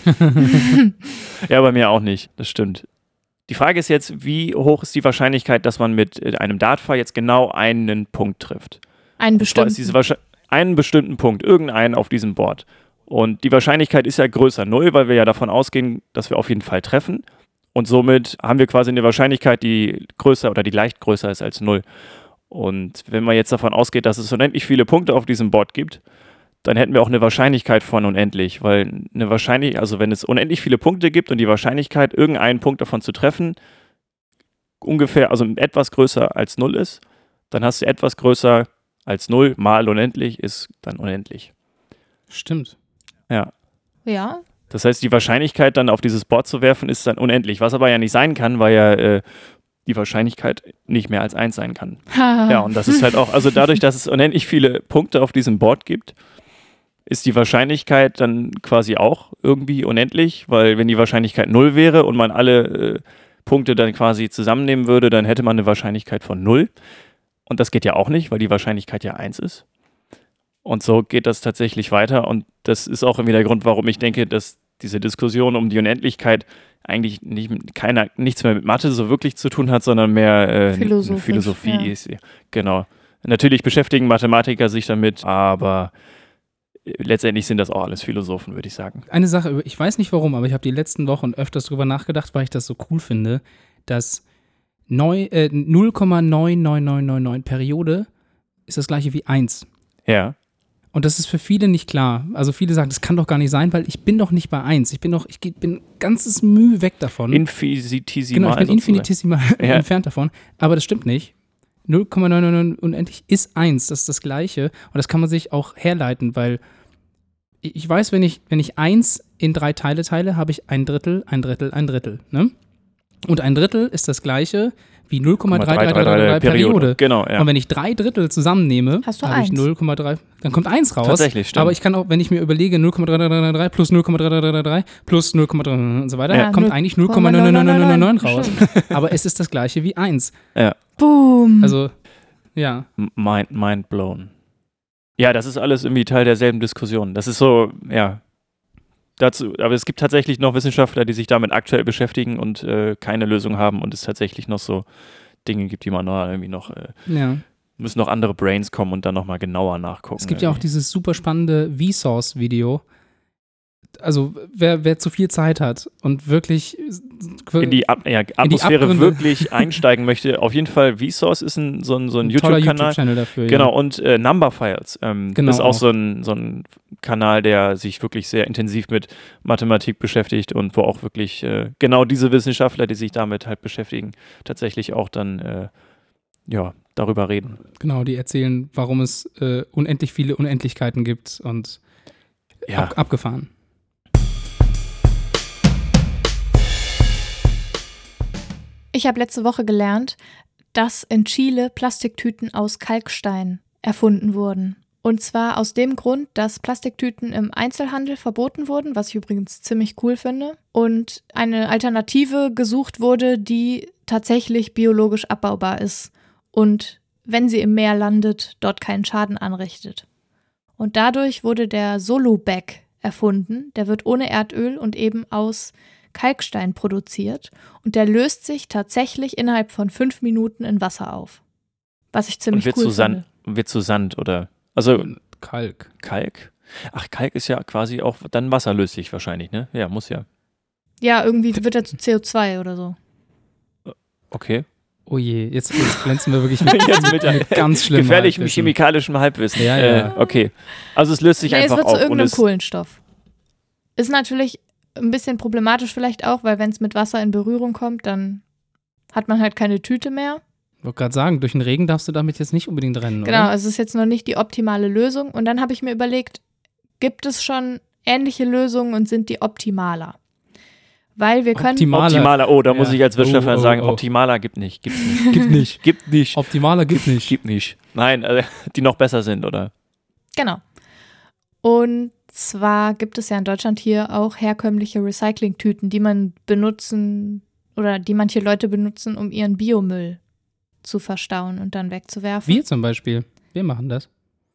S1: Ja, bei mir auch nicht, das stimmt. Die Frage ist jetzt, wie hoch ist die Wahrscheinlichkeit, dass man mit einem Dartpfeil jetzt genau einen Punkt trifft?
S2: Einen
S1: Und zwar ist
S2: bestimmten.
S1: diese Wahrscheinlichkeit einen bestimmten Punkt, irgendeinen auf diesem Board. Und die Wahrscheinlichkeit ist ja größer null, weil wir ja davon ausgehen, dass wir auf jeden Fall treffen. Und somit haben wir quasi eine Wahrscheinlichkeit, die größer oder die leicht größer ist als null. Und wenn man jetzt davon ausgeht, dass es unendlich viele Punkte auf diesem Board gibt, dann hätten wir auch eine Wahrscheinlichkeit von unendlich, weil eine Wahrscheinlichkeit, also wenn es unendlich viele Punkte gibt und die Wahrscheinlichkeit, irgendeinen Punkt davon zu treffen, ungefähr, also etwas größer als null ist, dann hast du etwas größer als null mal unendlich ist dann unendlich.
S3: Stimmt.
S1: Ja.
S2: Ja.
S1: Das heißt, die Wahrscheinlichkeit, dann auf dieses Board zu werfen, ist dann unendlich. Was aber ja nicht sein kann, weil ja äh, die Wahrscheinlichkeit nicht mehr als eins sein kann. Ja, und das ist halt auch, also dadurch, dass es unendlich viele Punkte auf diesem Board gibt, ist die Wahrscheinlichkeit dann quasi auch irgendwie unendlich, weil wenn die Wahrscheinlichkeit null wäre und man alle äh, Punkte dann quasi zusammennehmen würde, dann hätte man eine Wahrscheinlichkeit von null. Und das geht ja auch nicht, weil die Wahrscheinlichkeit ja eins ist. Und so geht das tatsächlich weiter. Und das ist auch irgendwie der Grund, warum ich denke, dass diese Diskussion um die Unendlichkeit eigentlich nicht, keiner, nichts mehr mit Mathe so wirklich zu tun hat, sondern mehr äh, eine Philosophie
S2: ja.
S1: ist. Genau. Natürlich beschäftigen Mathematiker sich damit, aber letztendlich sind das auch alles Philosophen, würde ich sagen.
S3: Eine Sache, ich weiß nicht warum, aber ich habe die letzten Wochen öfters drüber nachgedacht, weil ich das so cool finde, dass äh, null Komma neun neun neun neun neun Periode ist das gleiche wie eins.
S1: Ja.
S3: Und das ist für viele nicht klar. Also viele sagen, das kann doch gar nicht sein, weil ich bin doch nicht bei eins. Ich bin doch, ich bin ganzes Mühe weg davon.
S1: Infinitesimal.
S3: Genau, ich bin infinitesimal
S1: ja.
S3: entfernt davon. Aber das stimmt nicht. null Komma neun neun neun unendlich ist eins. Das ist das Gleiche. Und das kann man sich auch herleiten, weil ich weiß, wenn ich, wenn ich eins in drei Teile teile, habe ich ein Drittel, ein Drittel, ein Drittel. Ne? Und ein Drittel ist das Gleiche wie null Komma drei drei drei drei Periode.
S1: Genau, ja.
S3: Und wenn ich drei Drittel zusammennehme, habe ich null Komma drei, dann kommt eins raus.
S1: Tatsächlich, stimmt.
S3: Aber ich kann auch, wenn ich mir überlege, null Komma drei drei drei drei plus null Komma drei drei drei drei plus null Komma drei und so weiter,
S2: ja,
S3: kommt eigentlich null Komma neun neun neun neun neun raus. Aber es ist das Gleiche wie eins.
S1: Ja.
S2: Boom.
S3: Also, ja.
S1: Mind, mind blown. Ja, das ist alles irgendwie Teil derselben Diskussion. Das ist so, ja, dazu, aber es gibt tatsächlich noch Wissenschaftler, die sich damit aktuell beschäftigen und äh, keine Lösung haben und es tatsächlich noch so Dinge gibt, die man noch irgendwie noch, äh,
S3: ja.
S1: müssen noch andere Brains kommen und dann nochmal genauer nachgucken.
S3: Es gibt ja auch dieses super spannende Vsauce-Video. Also, wer, wer zu viel Zeit hat und wirklich
S1: in die, Ab- ja, Atmosphäre
S3: Abgründe.
S1: wirklich einsteigen möchte, auf jeden Fall Vsauce ist ein, so ein, so ein, ein YouTube-Kanal.
S3: YouTube-Channel dafür,
S1: genau,
S3: ja.
S1: und äh, Numberfiles ähm,
S3: genau
S1: ist auch,
S3: auch.
S1: So, ein, so ein Kanal, der sich wirklich sehr intensiv mit Mathematik beschäftigt und wo auch wirklich äh, genau diese Wissenschaftler, die sich damit halt beschäftigen, tatsächlich auch dann äh, ja, darüber reden.
S3: Genau, die erzählen, warum es äh, unendlich viele Unendlichkeiten gibt und
S1: Ja.
S3: ab, abgefahren.
S2: Ich habe letzte Woche gelernt, dass in Chile Plastiktüten aus Kalkstein erfunden wurden. Und zwar aus dem Grund, dass Plastiktüten im Einzelhandel verboten wurden, was ich übrigens ziemlich cool finde. Und eine Alternative gesucht wurde, die tatsächlich biologisch abbaubar ist und, wenn sie im Meer landet, dort keinen Schaden anrichtet. Und dadurch wurde der Solo-Bag erfunden. Der wird ohne Erdöl und eben aus Kalkstein produziert. Und der löst sich tatsächlich innerhalb von fünf Minuten in Wasser auf. Was ich ziemlich
S1: Und wird
S2: cool
S1: zu
S2: finde.
S1: Sand, wird zu Sand oder, also
S3: Kalk.
S1: Kalk? Ach, Kalk ist ja quasi auch dann wasserlöslich wahrscheinlich, ne? Ja, muss ja.
S2: Ja, irgendwie wird er zu C O zwei oder so.
S1: Okay.
S3: Oh je, jetzt, jetzt glänzen wir wirklich mit,
S1: Jetzt mit
S3: mit ganz schlimmem
S1: gefährlichem
S3: Halbwissen.
S1: chemikalischem Halbwissen.
S3: Ja, ja.
S1: Äh, okay. Also es löst sich
S2: Nee, es
S1: einfach
S2: wird zu
S1: auf. Und
S2: irgendeinem
S1: es,
S2: Kohlenstoff. Ist natürlich ein bisschen problematisch vielleicht auch, weil wenn es mit Wasser in Berührung kommt, dann hat man halt keine Tüte mehr.
S3: Ich wollte gerade sagen, durch den Regen darfst du damit jetzt nicht unbedingt rennen,
S2: Genau,
S3: oder?
S2: also es ist jetzt noch nicht die optimale Lösung. Und dann habe ich mir überlegt, gibt es schon ähnliche Lösungen und sind die optimaler? Weil wir können...
S3: Optimaler.
S1: optimaler, oh, da
S3: Ja.
S1: muss ich als Wirtschaftler
S3: Oh, oh,
S1: sagen,
S3: oh.
S1: optimaler gibt nicht. Gibt's nicht.
S3: Gibt nicht.
S1: Gibt nicht.
S3: Optimaler gibt nicht.
S1: Gibt nicht. Nein, äh, die noch besser sind, oder?
S2: Genau. Und zwar gibt es ja in Deutschland hier auch herkömmliche Recyclingtüten, die man benutzen oder die manche Leute benutzen, um ihren Biomüll zu verstauen und dann wegzuwerfen.
S3: Wir zum Beispiel. Wir machen das.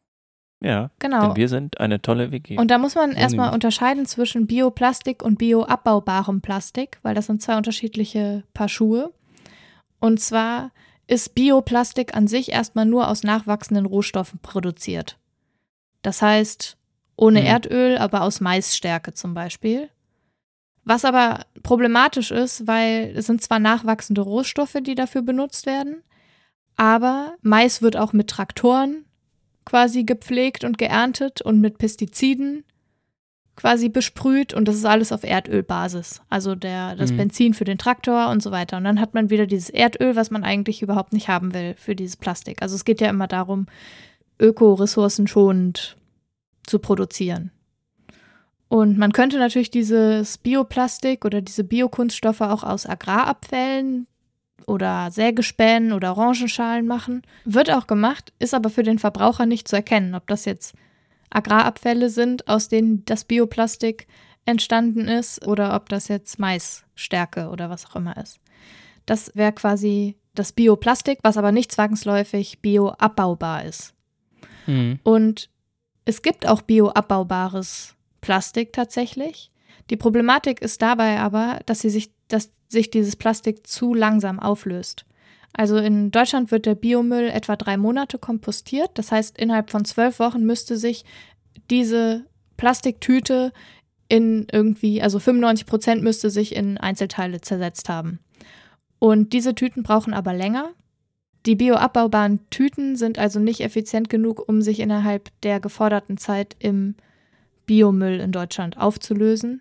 S1: Ja,
S2: Genau.
S1: denn wir sind eine tolle W G.
S2: Und da muss man
S3: So
S2: erstmal
S3: nämlich.
S2: unterscheiden zwischen Bioplastik und bioabbaubarem Plastik, weil das sind zwei unterschiedliche Paar Schuhe. Und zwar ist Bioplastik an sich erstmal nur aus nachwachsenden Rohstoffen produziert. Das heißt, ohne
S3: Mhm.
S2: Erdöl, aber aus Maisstärke zum Beispiel. Was aber problematisch ist, weil es sind zwar nachwachsende Rohstoffe, die dafür benutzt werden, aber Mais wird auch mit Traktoren quasi gepflegt und geerntet und mit Pestiziden quasi besprüht und das ist alles auf Erdölbasis. Also der, das
S3: Mhm. Benzin
S2: Benzin für den Traktor und so weiter. Und dann hat man wieder dieses Erdöl, was man eigentlich überhaupt nicht haben will für dieses Plastik. Also es geht ja immer darum, öko-ressourcenschonend zu produzieren. Und man könnte natürlich dieses Bioplastik oder diese Biokunststoffe auch aus Agrarabfällen oder Sägespänen oder Orangenschalen machen. Wird auch gemacht, ist aber für den Verbraucher nicht zu erkennen, ob das jetzt Agrarabfälle sind, aus denen das Bioplastik entstanden ist oder ob das jetzt Maisstärke oder was auch immer ist. Das wäre quasi das Bioplastik, was aber nicht zwangsläufig bioabbaubar ist.
S3: Mhm.
S2: Und es gibt auch bioabbaubares Plastik tatsächlich. Die Problematik ist dabei aber, dass, sie sich, dass sich dieses Plastik zu langsam auflöst. Also in Deutschland wird der Biomüll etwa drei Monate kompostiert. Das heißt, innerhalb von zwölf Wochen müsste sich diese Plastiktüte in irgendwie, also fünfundneunzig Prozent müsste sich in Einzelteile zersetzt haben. Und diese Tüten brauchen aber länger. Die bioabbaubaren Tüten sind also nicht effizient genug, um sich innerhalb der geforderten Zeit im Biomüll in Deutschland aufzulösen.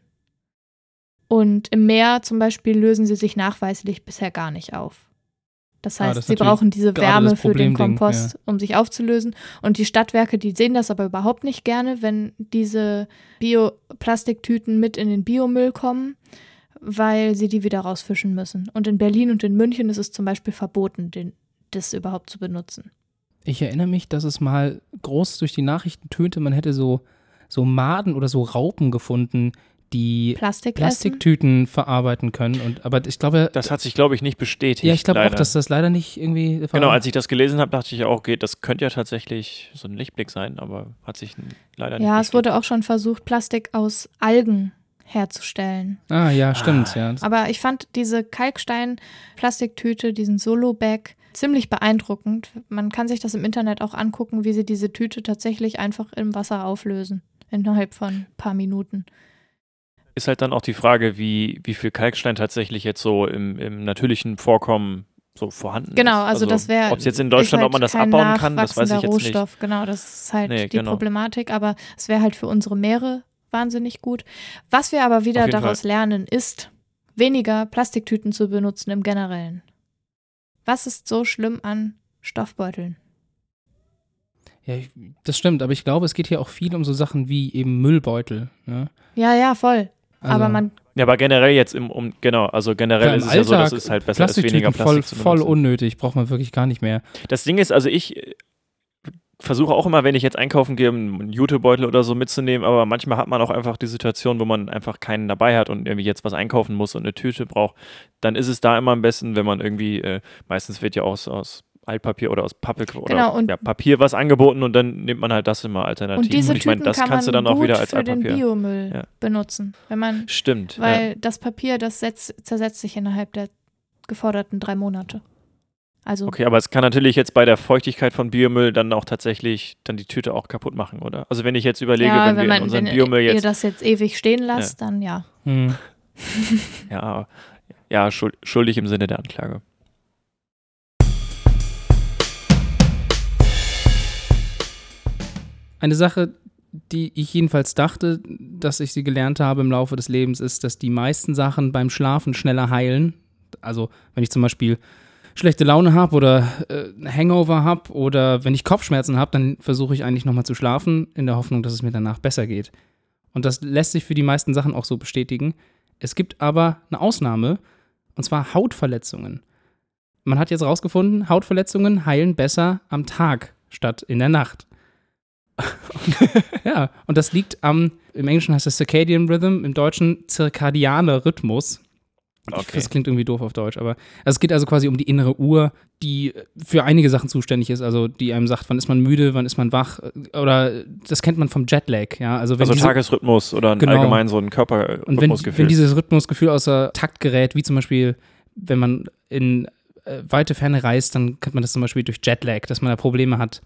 S2: Und im Meer zum Beispiel lösen sie sich nachweislich bisher gar nicht auf. Das
S3: Ah,
S2: heißt,
S3: das ist
S2: sie
S3: natürlich
S2: brauchen diese
S3: gerade
S2: Wärme
S3: das
S2: für den
S3: Problemding,
S2: Kompost,
S3: ja.
S2: um sich aufzulösen. Und die Stadtwerke, die sehen das aber überhaupt nicht gerne, wenn diese Bioplastiktüten mit in den Biomüll kommen, weil sie die wieder rausfischen müssen. Und in Berlin und in München ist es zum Beispiel verboten, den, das überhaupt zu benutzen.
S3: Ich erinnere mich, dass es mal groß durch die Nachrichten tönte, man hätte so, so Maden oder so Raupen gefunden, die
S2: Plastik
S3: Plastiktüten verarbeiten können. Und, aber ich glaube,
S1: Das hat sich, glaube ich, nicht bestätigt.
S3: ja, ich glaube auch,
S1: leider.
S3: dass das leider nicht irgendwie war.
S1: Genau, als ich das gelesen habe, dachte ich auch, okay, das könnte ja tatsächlich so ein Lichtblick sein, aber hat sich n- leider nicht
S2: Ja, es
S1: bestätigt.
S2: wurde auch schon versucht, Plastik aus Algen herzustellen.
S3: Ah, ja, stimmt,
S1: Ah,
S3: ja. Das-
S2: Aber ich fand diese Kalkstein-Plastiktüte, diesen Solo-Bag, ziemlich beeindruckend. Man kann sich das im Internet auch angucken, wie sie diese Tüte tatsächlich einfach im Wasser auflösen, innerhalb von ein paar Minuten.
S1: Ist halt dann auch die Frage, wie, wie viel Kalkstein tatsächlich jetzt so im, im natürlichen Vorkommen so vorhanden
S2: Genau,
S1: ist.
S2: also das wäre.
S1: Ob es jetzt in Deutschland, ob man das abbauen kann, das weiß ich jetzt nicht.
S2: Rohstoff. Genau, das ist halt
S1: Nee,
S2: die
S1: genau.
S2: Problematik, aber es wäre halt für unsere Meere wahnsinnig gut. Was wir aber wieder
S1: Auf jeden
S2: daraus lernen, ist, weniger Plastiktüten zu benutzen im Generellen. Was ist so schlimm an Stoffbeuteln.
S3: Ja, ich- das stimmt, aber ich glaube, es geht hier auch viel um so Sachen wie eben Müllbeutel. Ne?
S2: Ja, ja, voll.
S3: Also,
S2: Aber man,
S1: Ja, aber generell jetzt im, um, genau, also generell
S3: klar, im
S1: ist es ja so, dass
S3: Alltag
S1: es halt besser ist,
S3: Plastiktüten
S1: weniger Plastik
S3: voll,
S1: zu
S3: voll
S1: benutzen.
S3: unnötig, braucht man wirklich gar nicht mehr.
S1: Das Ding ist, also ich äh, versuche auch immer, wenn ich jetzt einkaufen gehe, einen Jutebeutel oder so mitzunehmen, aber manchmal hat man auch einfach die Situation, wo man einfach keinen dabei hat und irgendwie jetzt was einkaufen muss und eine Tüte braucht. Dann ist es da immer am besten, wenn man irgendwie, äh, meistens wird ja aus, aus Altpapier oder aus Pappe oder
S2: Genau, und-
S1: ja, Papier was angeboten und dann nimmt man halt das immer alternativ.
S2: und diese
S1: ich meine,
S2: Tüten
S1: das
S2: kann
S1: kannst
S2: man
S1: du dann auch
S2: gut
S1: wieder als
S2: für den
S1: Altpapier.
S2: Biomüll
S1: Ja.
S2: benutzen. Wenn man,
S1: Stimmt.
S2: weil das Papier, das setzt, zersetzt sich innerhalb der geforderten drei Monate. Also,
S1: ja. Okay, aber es kann natürlich jetzt bei der Feuchtigkeit von Biomüll dann auch tatsächlich dann die Tüte auch kaputt machen, oder? Also wenn ich jetzt überlege,
S2: ja,
S1: wenn,
S2: wenn,
S1: wir
S2: man,
S1: in unseren
S2: wenn
S1: Biomüll
S2: ihr
S1: jetzt
S2: das jetzt ewig stehen lasst, dann ja.
S3: Hm.
S1: ja, ja schuld, schuldig im Sinne der Anklage.
S3: Eine Sache, die ich jedenfalls dachte, dass ich sie gelernt habe im Laufe des Lebens, ist, dass die meisten Sachen beim Schlafen schneller heilen. Also wenn ich zum Beispiel schlechte Laune habe oder äh, ein Hangover habe oder wenn ich Kopfschmerzen habe, dann versuche ich eigentlich nochmal zu schlafen, in der Hoffnung, dass es mir danach besser geht. Und das lässt sich für die meisten Sachen auch so bestätigen. Es gibt aber eine Ausnahme, und zwar Hautverletzungen. Man hat jetzt rausgefunden, Hautverletzungen heilen besser am Tag statt in der Nacht. Ja, und das liegt am, im Englischen heißt das Circadian Rhythm, im Deutschen zirkadianer Rhythmus.
S1: Okay.
S3: Das klingt irgendwie doof auf Deutsch, aber also es geht also quasi um die innere Uhr, die für einige Sachen zuständig ist, also die einem sagt, wann ist man müde, wann ist man wach, oder das kennt man vom Jetlag, ja. Also, wenn
S1: Also
S3: diese,
S1: Tagesrhythmus oder ein
S3: Genau.
S1: allgemein so ein
S3: und wenn,
S1: Körperrhythmusgefühl.
S3: wenn dieses Rhythmusgefühl außer Takt gerät, wie zum Beispiel, wenn man in äh, weite Ferne reist, dann kennt man das zum Beispiel durch Jetlag, dass man da Probleme hat,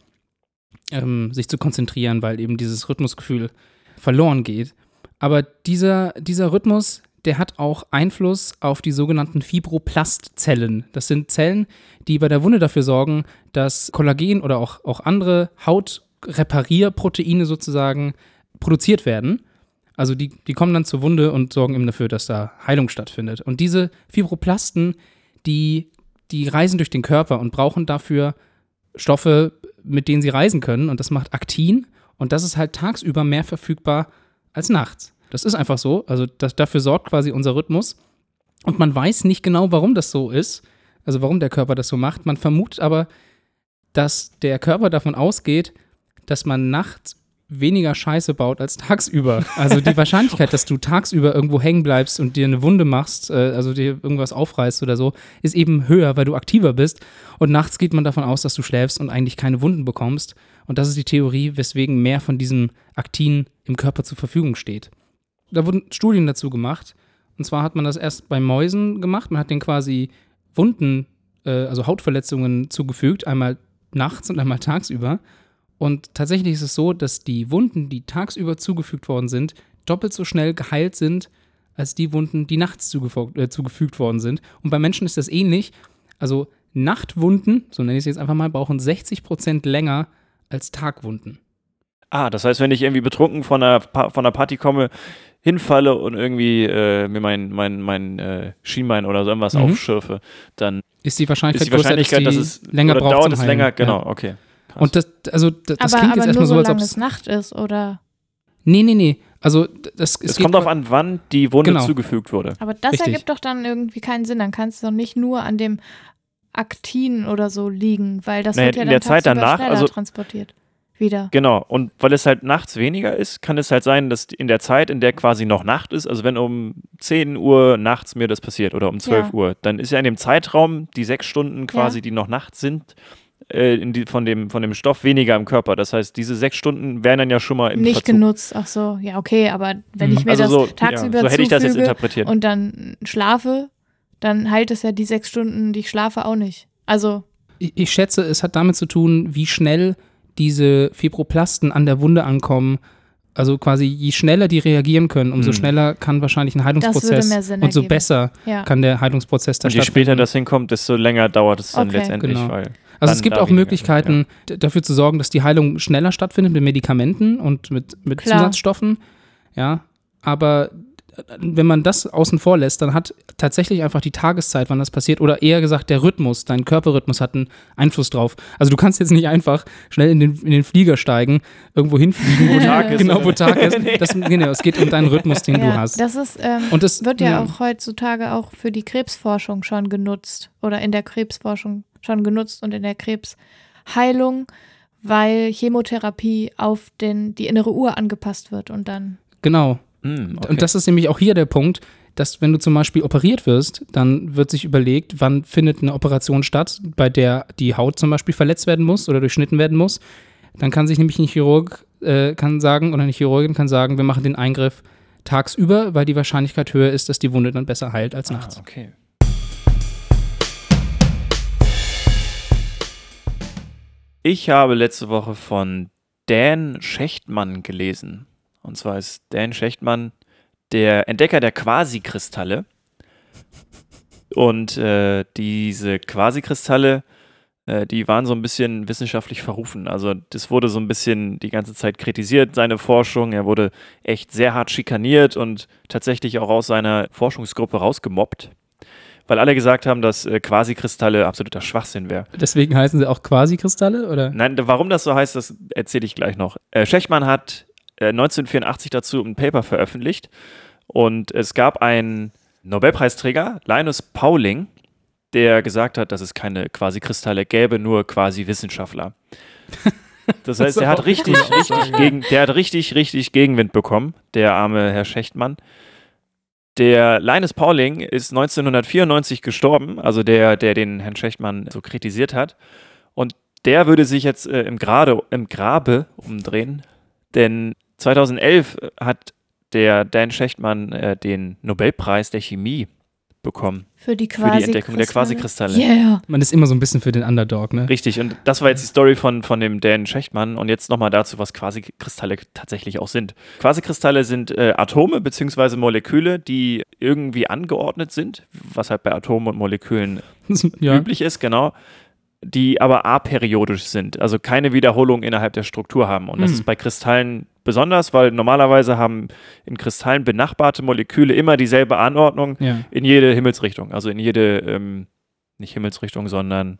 S3: ähm, sich zu konzentrieren, weil eben dieses Rhythmusgefühl verloren geht. Aber dieser, dieser Rhythmus, der hat auch Einfluss auf die sogenannten Fibroblastzellen. Das sind Zellen, die bei der Wunde dafür sorgen, dass Kollagen oder auch, auch andere Hautreparierproteine sozusagen produziert werden. Also die, die kommen dann zur Wunde und sorgen eben dafür, dass da Heilung stattfindet. Und diese Fibroblasten, die, die reisen durch den Körper und brauchen dafür Stoffe, mit denen sie reisen können. Und das macht Aktin. Und das ist halt tagsüber mehr verfügbar als nachts. Das ist einfach so. Also das, dafür sorgt quasi unser Rhythmus. Und man weiß nicht genau, warum das so ist. Also warum der Körper das so macht. Man vermutet aber, dass der Körper davon ausgeht, dass man nachts weniger Scheiße baut als tagsüber. Also die Wahrscheinlichkeit, dass du tagsüber irgendwo hängen bleibst und dir eine Wunde machst, äh, also dir irgendwas aufreißt oder so, ist eben höher, weil du aktiver bist. Und nachts geht man davon aus, dass du schläfst und eigentlich keine Wunden bekommst. Und das ist die Theorie, weswegen mehr von diesem Aktin im Körper zur Verfügung steht. Da wurden Studien dazu gemacht. Und zwar hat man das erst bei Mäusen gemacht. Man hat denen quasi Wunden, äh, also Hautverletzungen zugefügt, einmal nachts und einmal tagsüber. Und tatsächlich ist es so, dass die Wunden, die tagsüber zugefügt worden sind, doppelt so schnell geheilt sind, als die Wunden, die nachts zugefo- äh, zugefügt worden sind. Und bei Menschen ist das ähnlich. Also Nachtwunden, so nenne ich es jetzt einfach mal, brauchen sechzig Prozent länger als Tagwunden.
S1: Ah, das heißt, wenn ich irgendwie betrunken von einer, pa- von einer Party komme, hinfalle und irgendwie äh, mir mein, mein, mein äh, Schienbein oder so irgendwas
S3: Mhm.
S1: aufschürfe, dann
S3: Ist die Wahrscheinlichkeit,
S1: ist die Wahrscheinlichkeit,
S3: größer,
S1: dass
S3: dass
S1: es
S3: die länger
S1: oder
S3: braucht
S1: dauert
S3: zum
S1: es
S3: Heilen.
S1: länger, genau,
S3: Ja.
S1: okay. Krass.
S3: Und das, also das, das
S2: aber
S3: klingt
S2: aber
S3: jetzt
S2: nur
S3: erstmal so, als ob
S2: solange
S3: es
S2: es Nacht ist, oder?
S3: Nee, nee, nee. Also das
S1: es
S3: es
S1: kommt
S3: geht-
S1: darauf an, wann die Wunde
S3: Genau.
S1: zugefügt wurde.
S2: Aber das
S3: Richtig.
S2: ergibt doch dann irgendwie keinen Sinn. Dann kannst du doch nicht nur an dem Aktin oder so liegen, weil das
S1: Nee,
S2: wird ja
S1: in
S2: dann
S1: der Zeit
S2: tagsüber
S1: danach,
S2: schneller
S1: also-
S2: transportiert. Wieder.
S1: Genau, und weil es halt nachts weniger ist, kann es halt sein, dass in der Zeit, in der quasi noch Nacht ist, also wenn um zehn Uhr nachts mir das passiert oder um zwölf
S2: Ja.
S1: Uhr, dann ist ja in dem Zeitraum die sechs Stunden quasi,
S2: Ja.
S1: die noch nachts sind, äh, in die, von, dem, von dem Stoff weniger im Körper. Das heißt, diese sechs Stunden wären dann ja schon mal im
S2: Nicht
S1: Verzug.
S2: genutzt. Ach so, ja, okay, aber wenn
S3: Mhm.
S2: ich mir
S1: Also
S2: das
S1: so,
S2: tagsüber
S1: ja, so hätte ich das jetzt
S2: zufüge
S1: interpretiert.
S2: und dann schlafe, dann heilt es ja die sechs Stunden, die ich schlafe, auch nicht. Also,
S3: ich, ich schätze, es hat damit zu tun, wie schnell diese Fibroplasten an der Wunde ankommen. Also quasi, je schneller die reagieren können, umso
S1: Mhm.
S3: schneller kann wahrscheinlich ein
S2: Das
S3: Heilungsprozess
S2: würde mehr Sinn
S3: und so
S2: ergeben.
S3: besser
S2: ja.
S3: kann der Heilungsprozess da
S1: Und je
S3: stattfinden.
S1: später das hinkommt, desto länger dauert es dann
S2: Okay.
S1: letztendlich.
S3: Genau.
S1: Weil
S3: Also
S1: dann
S3: es gibt
S1: da
S3: auch
S1: weniger-
S3: Möglichkeiten, d- dafür zu sorgen, dass die Heilung schneller stattfindet mit Medikamenten und mit, mit
S2: Klar.
S3: Zusatzstoffen. Ja, aber wenn man das außen vor lässt, dann hat tatsächlich einfach die Tageszeit, wann das passiert, oder eher gesagt der Rhythmus, dein Körperrhythmus hat einen Einfluss drauf. Also du kannst jetzt nicht einfach schnell in den, in den Flieger steigen, irgendwo hinfliegen, wo Tag ist. Genau, wo Tag ist. Das, genau, es geht um deinen Rhythmus, den
S2: ja,
S3: du hast.
S2: Das ist, ähm,
S3: Und das
S2: wird ja,
S3: ja
S2: auch heutzutage auch für die Krebsforschung schon genutzt oder in der Krebsforschung schon genutzt und in der Krebsheilung, weil Chemotherapie auf den, die innere Uhr angepasst wird und dann.
S3: Genau.
S1: Mm, okay.
S3: Und das ist nämlich auch hier der Punkt, dass wenn du zum Beispiel operiert wirst, dann wird sich überlegt, wann findet eine Operation statt, bei der die Haut zum Beispiel verletzt werden muss oder durchschnitten werden muss. Dann kann sich nämlich ein Chirurg äh, kann sagen, oder eine Chirurgin kann sagen, wir machen den Eingriff tagsüber, weil die Wahrscheinlichkeit höher ist, dass die Wunde dann besser heilt als nachts.
S1: Ah, okay. Ich habe letzte Woche von Dan Schechtmann gelesen. Und zwar ist Dan Schechtmann der Entdecker der Quasikristalle. Und äh, diese Quasikristalle, äh, die waren so ein bisschen wissenschaftlich verrufen. Also das wurde so ein bisschen die ganze Zeit kritisiert, seine Forschung. Er wurde echt sehr hart schikaniert und tatsächlich auch aus seiner Forschungsgruppe rausgemobbt. Weil alle gesagt haben, dass äh, Quasikristalle absoluter Schwachsinn wäre.
S3: Deswegen heißen sie auch Quasikristalle, oder?
S1: Nein, warum das so heißt, das erzähle ich gleich noch. Äh, Schechtmann hat äh, neunzehnhundertvierundachtzig dazu ein Paper veröffentlicht und es gab einen Nobelpreisträger, Linus Pauling, der gesagt hat, dass es keine Quasikristalle gäbe, nur Quasi-Wissenschaftler. Das heißt, der hat richtig, richtig gegen, der hat richtig, richtig Gegenwind bekommen, der arme Herr Schechtmann. Der Linus Pauling ist neunzehnhundertvierundneunzig gestorben, also der, der den Herrn Schechtmann so kritisiert hat. Und der würde sich jetzt äh, im, Grade, im Grabe umdrehen, denn zweitausendelf hat der Dan Schechtmann äh, den Nobelpreis der Chemie bekommen.
S2: Für die,
S1: für die Entdeckung der Quasikristalle.
S2: Yeah.
S3: Man ist immer so ein bisschen für den Underdog, ne?
S1: Richtig, und das war jetzt die Story von, von dem Dan Schechtmann. Und jetzt nochmal dazu, was Quasikristalle tatsächlich auch sind. Quasikristalle sind äh, Atome bzw. Moleküle, die irgendwie angeordnet sind, was halt bei Atomen und Molekülen
S3: ja.
S1: üblich ist, genau, die aber aperiodisch sind, also keine Wiederholung innerhalb der Struktur haben. Und das
S3: Mhm.
S1: ist bei Kristallen besonders, weil normalerweise haben in Kristallen benachbarte Moleküle immer dieselbe Anordnung
S3: Ja.
S1: in jede Himmelsrichtung, also in jede, ähm, nicht Himmelsrichtung, sondern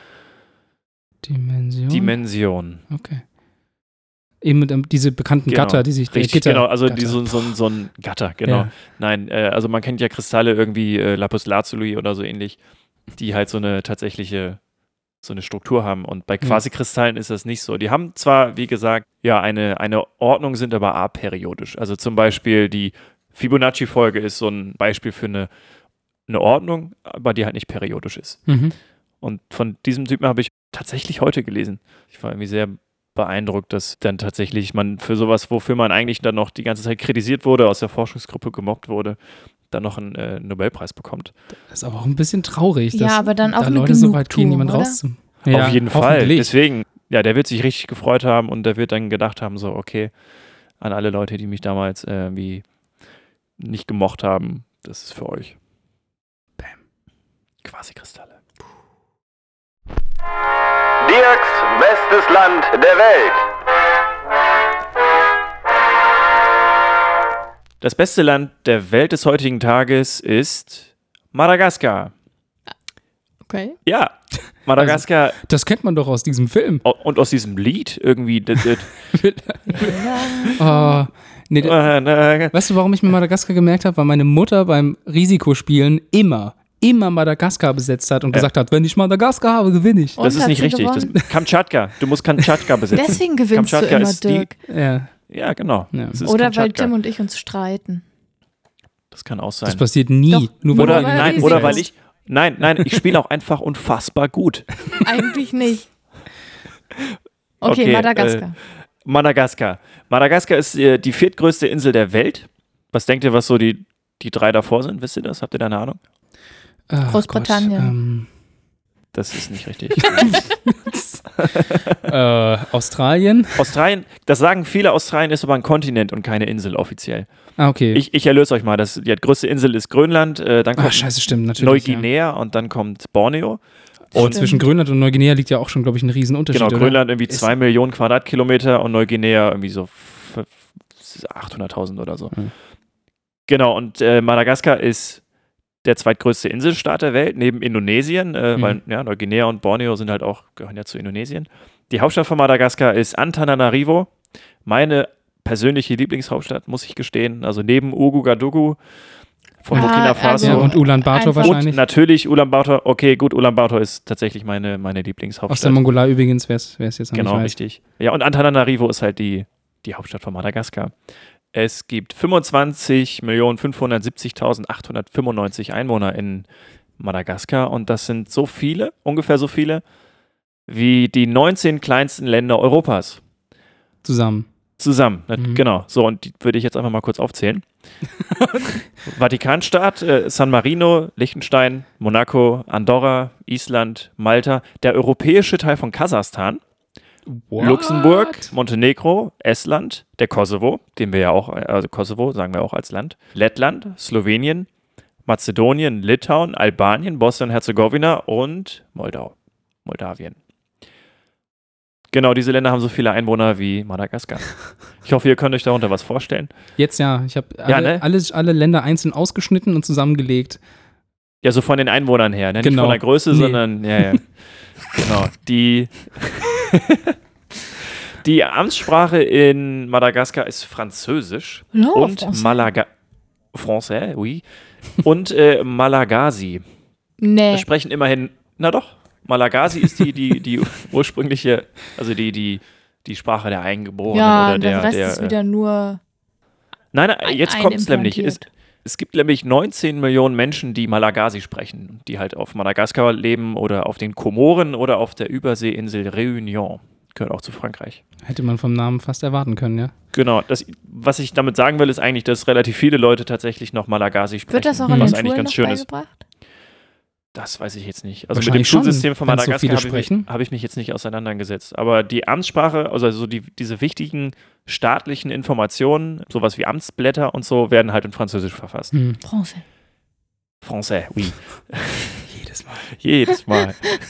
S3: Dimension.
S1: Dimension.
S3: Okay. Eben mit, ähm, diese bekannten
S1: Genau.
S3: Gatter, die sich
S1: Richtig,
S3: Gitter,
S1: genau, also
S3: Gatter.
S1: die, so, so, so ein Gatter, genau.
S3: Ja.
S1: Nein, äh, also man kennt ja Kristalle irgendwie, äh, Lapis Lazuli oder so ähnlich, die halt so eine tatsächliche, so eine Struktur haben. Und bei Quasikristallen ist das nicht so. Die haben zwar, wie gesagt, ja, eine, eine Ordnung, sind aber aperiodisch. Also zum Beispiel die Fibonacci-Folge ist so ein Beispiel für eine, eine Ordnung, aber die halt nicht periodisch ist.
S3: Mhm.
S1: Und von diesem Typen habe ich tatsächlich heute gelesen. Ich war irgendwie sehr beeindruckt, dass dann tatsächlich man für sowas, wofür man eigentlich dann noch die ganze Zeit kritisiert wurde, aus der Forschungsgruppe gemobbt wurde, dann noch einen äh, Nobelpreis bekommt.
S3: Das ist aber auch ein bisschen traurig,
S2: Ja,
S3: dass
S2: aber dann auch
S3: da
S2: eine
S3: Leute so weit gehen,
S2: Genugtuung,
S3: jemand
S2: oder?
S3: rauszu. Ja,
S1: Auf jeden Fall.
S3: hoffentlich.
S1: Deswegen, ja, der wird sich richtig gefreut haben und der wird dann gedacht haben, so, okay, an alle Leute, die mich damals äh, irgendwie nicht gemocht haben, das ist für euch. Bam. Quasikristalle.
S4: Dirks bestes Land der Welt.
S1: Das beste Land der Welt des heutigen Tages ist Madagaskar.
S2: Okay.
S1: Ja, Madagaskar
S3: Das kennt man doch aus diesem Film.
S1: o- und aus diesem Lied irgendwie. Das, das,
S3: Oh, nee, da-
S1: äh,
S3: weißt du, warum ich mir Madagaskar gemerkt habe? Weil meine Mutter beim Risikospielen immer, immer Madagaskar besetzt hat und
S1: Ja.
S3: gesagt hat, wenn ich Madagaskar habe, gewinne ich.
S2: Und
S1: das ist
S2: hat
S1: nicht
S2: sie
S1: richtig. Das,
S2: gewonnen?
S1: Kamtschatka. Du musst Kamtschatka besitzen.
S2: Deswegen gewinnst du
S1: Kamtschatka
S2: immer,
S1: ist die-
S2: Dirk.
S3: Ja,
S1: Ja, genau.
S3: Ja.
S1: Das ist
S2: Oder weil
S1: Kamtschatka.
S2: Tim und ich uns streiten.
S1: Das kann auch sein.
S3: das passiert nie.
S2: Doch.
S3: Nur weil
S1: Oder,
S3: du
S2: weil
S1: nein,
S2: Risiko.
S1: oder weil ich. Nein, nein, ich spiele auch einfach unfassbar gut.
S2: Eigentlich nicht. Okay,
S1: Okay,
S2: Madagaskar.
S1: Madagaskar. Madagaskar ist äh, die viertgrößte Insel der Welt. Was denkt ihr, was so die, die drei davor sind? Wisst ihr das? Habt ihr da eine Ahnung?
S3: Ach
S2: Großbritannien.
S3: Gott, ähm,
S1: Das ist nicht richtig.
S3: äh, Australien.
S1: Australien, das sagen viele, Australien ist aber ein Kontinent und keine Insel offiziell.
S3: Ah, okay.
S1: Ich, ich erlöse euch mal. Das, die größte Insel ist Grönland, äh, dann
S3: Ach,
S1: kommt
S3: scheiße, stimmt, natürlich.
S1: Neuguinea und dann kommt Borneo.
S3: Ja. Und
S2: Stimmt.
S3: zwischen Grönland und Neuguinea liegt ja auch schon, glaube ich, ein Riesenunterschied.
S1: Genau,
S3: oder?
S1: Grönland irgendwie
S3: Ist-
S1: zwei Millionen Quadratkilometer und Neuguinea irgendwie so f- achthunderttausend oder so.
S3: Mhm.
S1: Genau, und äh, Madagaskar ist der zweitgrößte Inselstaat der Welt, neben Indonesien, äh,
S3: Mhm.
S1: weil ja, Neuguinea und Borneo sind halt auch, gehören ja zu Indonesien. Die Hauptstadt von Madagaskar ist Antananarivo. Meine persönliche Lieblingshauptstadt, muss ich gestehen. Also neben Ouagadougou von
S2: Ah,
S1: Burkina Faso.
S2: also-
S3: Ja, und Ulaanbaatar
S2: Einfach-
S3: wahrscheinlich.
S1: Und natürlich Ulaanbaatar. Okay, gut, Ulaanbaatar ist tatsächlich meine, meine
S3: Aus der
S1: Lieblingshauptstadt.
S3: Mongolei übrigens, wer es jetzt noch
S1: Genau,
S3: nicht weiß.
S1: richtig. Ja, und Antananarivo ist halt die, die Hauptstadt von Madagaskar. Es gibt fünfundzwanzig Millionen fünfhundertsiebzigtausendachthundertfünfundneunzig Einwohner in Madagaskar und das sind so viele, ungefähr so viele, wie die neunzehn kleinsten Länder Europas
S3: Zusammen.
S1: zusammen. Na,
S3: Mhm.
S1: Genau, so und die würde ich jetzt einfach mal kurz aufzählen. Vatikanstaat, äh, San Marino, Liechtenstein, Monaco, Andorra, Island, Malta, der europäische Teil von Kasachstan,
S3: What?
S1: Luxemburg, Montenegro, Estland, der Kosovo, den wir ja auch, also Kosovo sagen wir auch als Land, Lettland, Slowenien, Mazedonien, Litauen, Albanien, Bosnien-Herzegowina und Moldau, Moldawien. Genau, diese Länder haben so viele Einwohner wie Madagaskar. Ich hoffe, ihr könnt euch darunter was vorstellen.
S3: Jetzt ja, ich habe alle,
S1: Ja, ne?
S3: alle, alle Länder einzeln ausgeschnitten und zusammengelegt.
S1: Ja, so von den Einwohnern her, ne? Nicht
S3: Genau.
S1: von der Größe,
S3: Nee.
S1: sondern, ja, ja. Genau, die, die Amtssprache in Madagaskar ist Französisch
S2: No,
S1: und
S2: Français.
S1: Malaga Français, oui. Und äh, Malagasy.
S2: Nee.
S1: Das sprechen immerhin, na doch, Malagasy ist die, die, die ursprüngliche, also die, die, die Sprache der Eingeborenen
S2: Ja,
S1: oder
S2: und
S1: der,
S2: der Rest
S1: der
S2: ist
S1: äh,
S2: wieder nur
S1: Nein, nein,
S2: ein-
S1: jetzt kommt es nämlich. Es,
S2: einimplantiert.
S1: es gibt nämlich neunzehn Millionen Menschen, die Malagasy sprechen, die halt auf Madagaskar leben oder auf den Komoren oder auf der Überseeinsel Réunion. Gehört auch zu Frankreich.
S3: Hätte man vom Namen fast erwarten können, ja.
S1: Genau, das, was ich damit sagen will, ist eigentlich, dass relativ viele Leute tatsächlich noch Malagasy sprechen.
S2: Wird das auch in
S1: was
S2: den
S1: eigentlich
S2: Schulen
S1: ganz
S2: noch
S1: schön ist.
S2: beigebracht?
S1: Das weiß ich jetzt nicht. Also mit dem
S3: Wahrscheinlich schon,
S1: Schulsystem von
S3: wenn so
S1: Madagaskar
S3: viele
S1: habe ich, mich-
S3: sprechen.
S1: habe ich mich jetzt nicht auseinandergesetzt. Aber die Amtssprache, also so die, diese wichtigen staatlichen Informationen, sowas wie Amtsblätter und so, werden halt in Französisch verfasst.
S3: Hm.
S2: Bronze.
S1: Français, oui.
S3: Jedes Mal.
S1: Jedes Mal.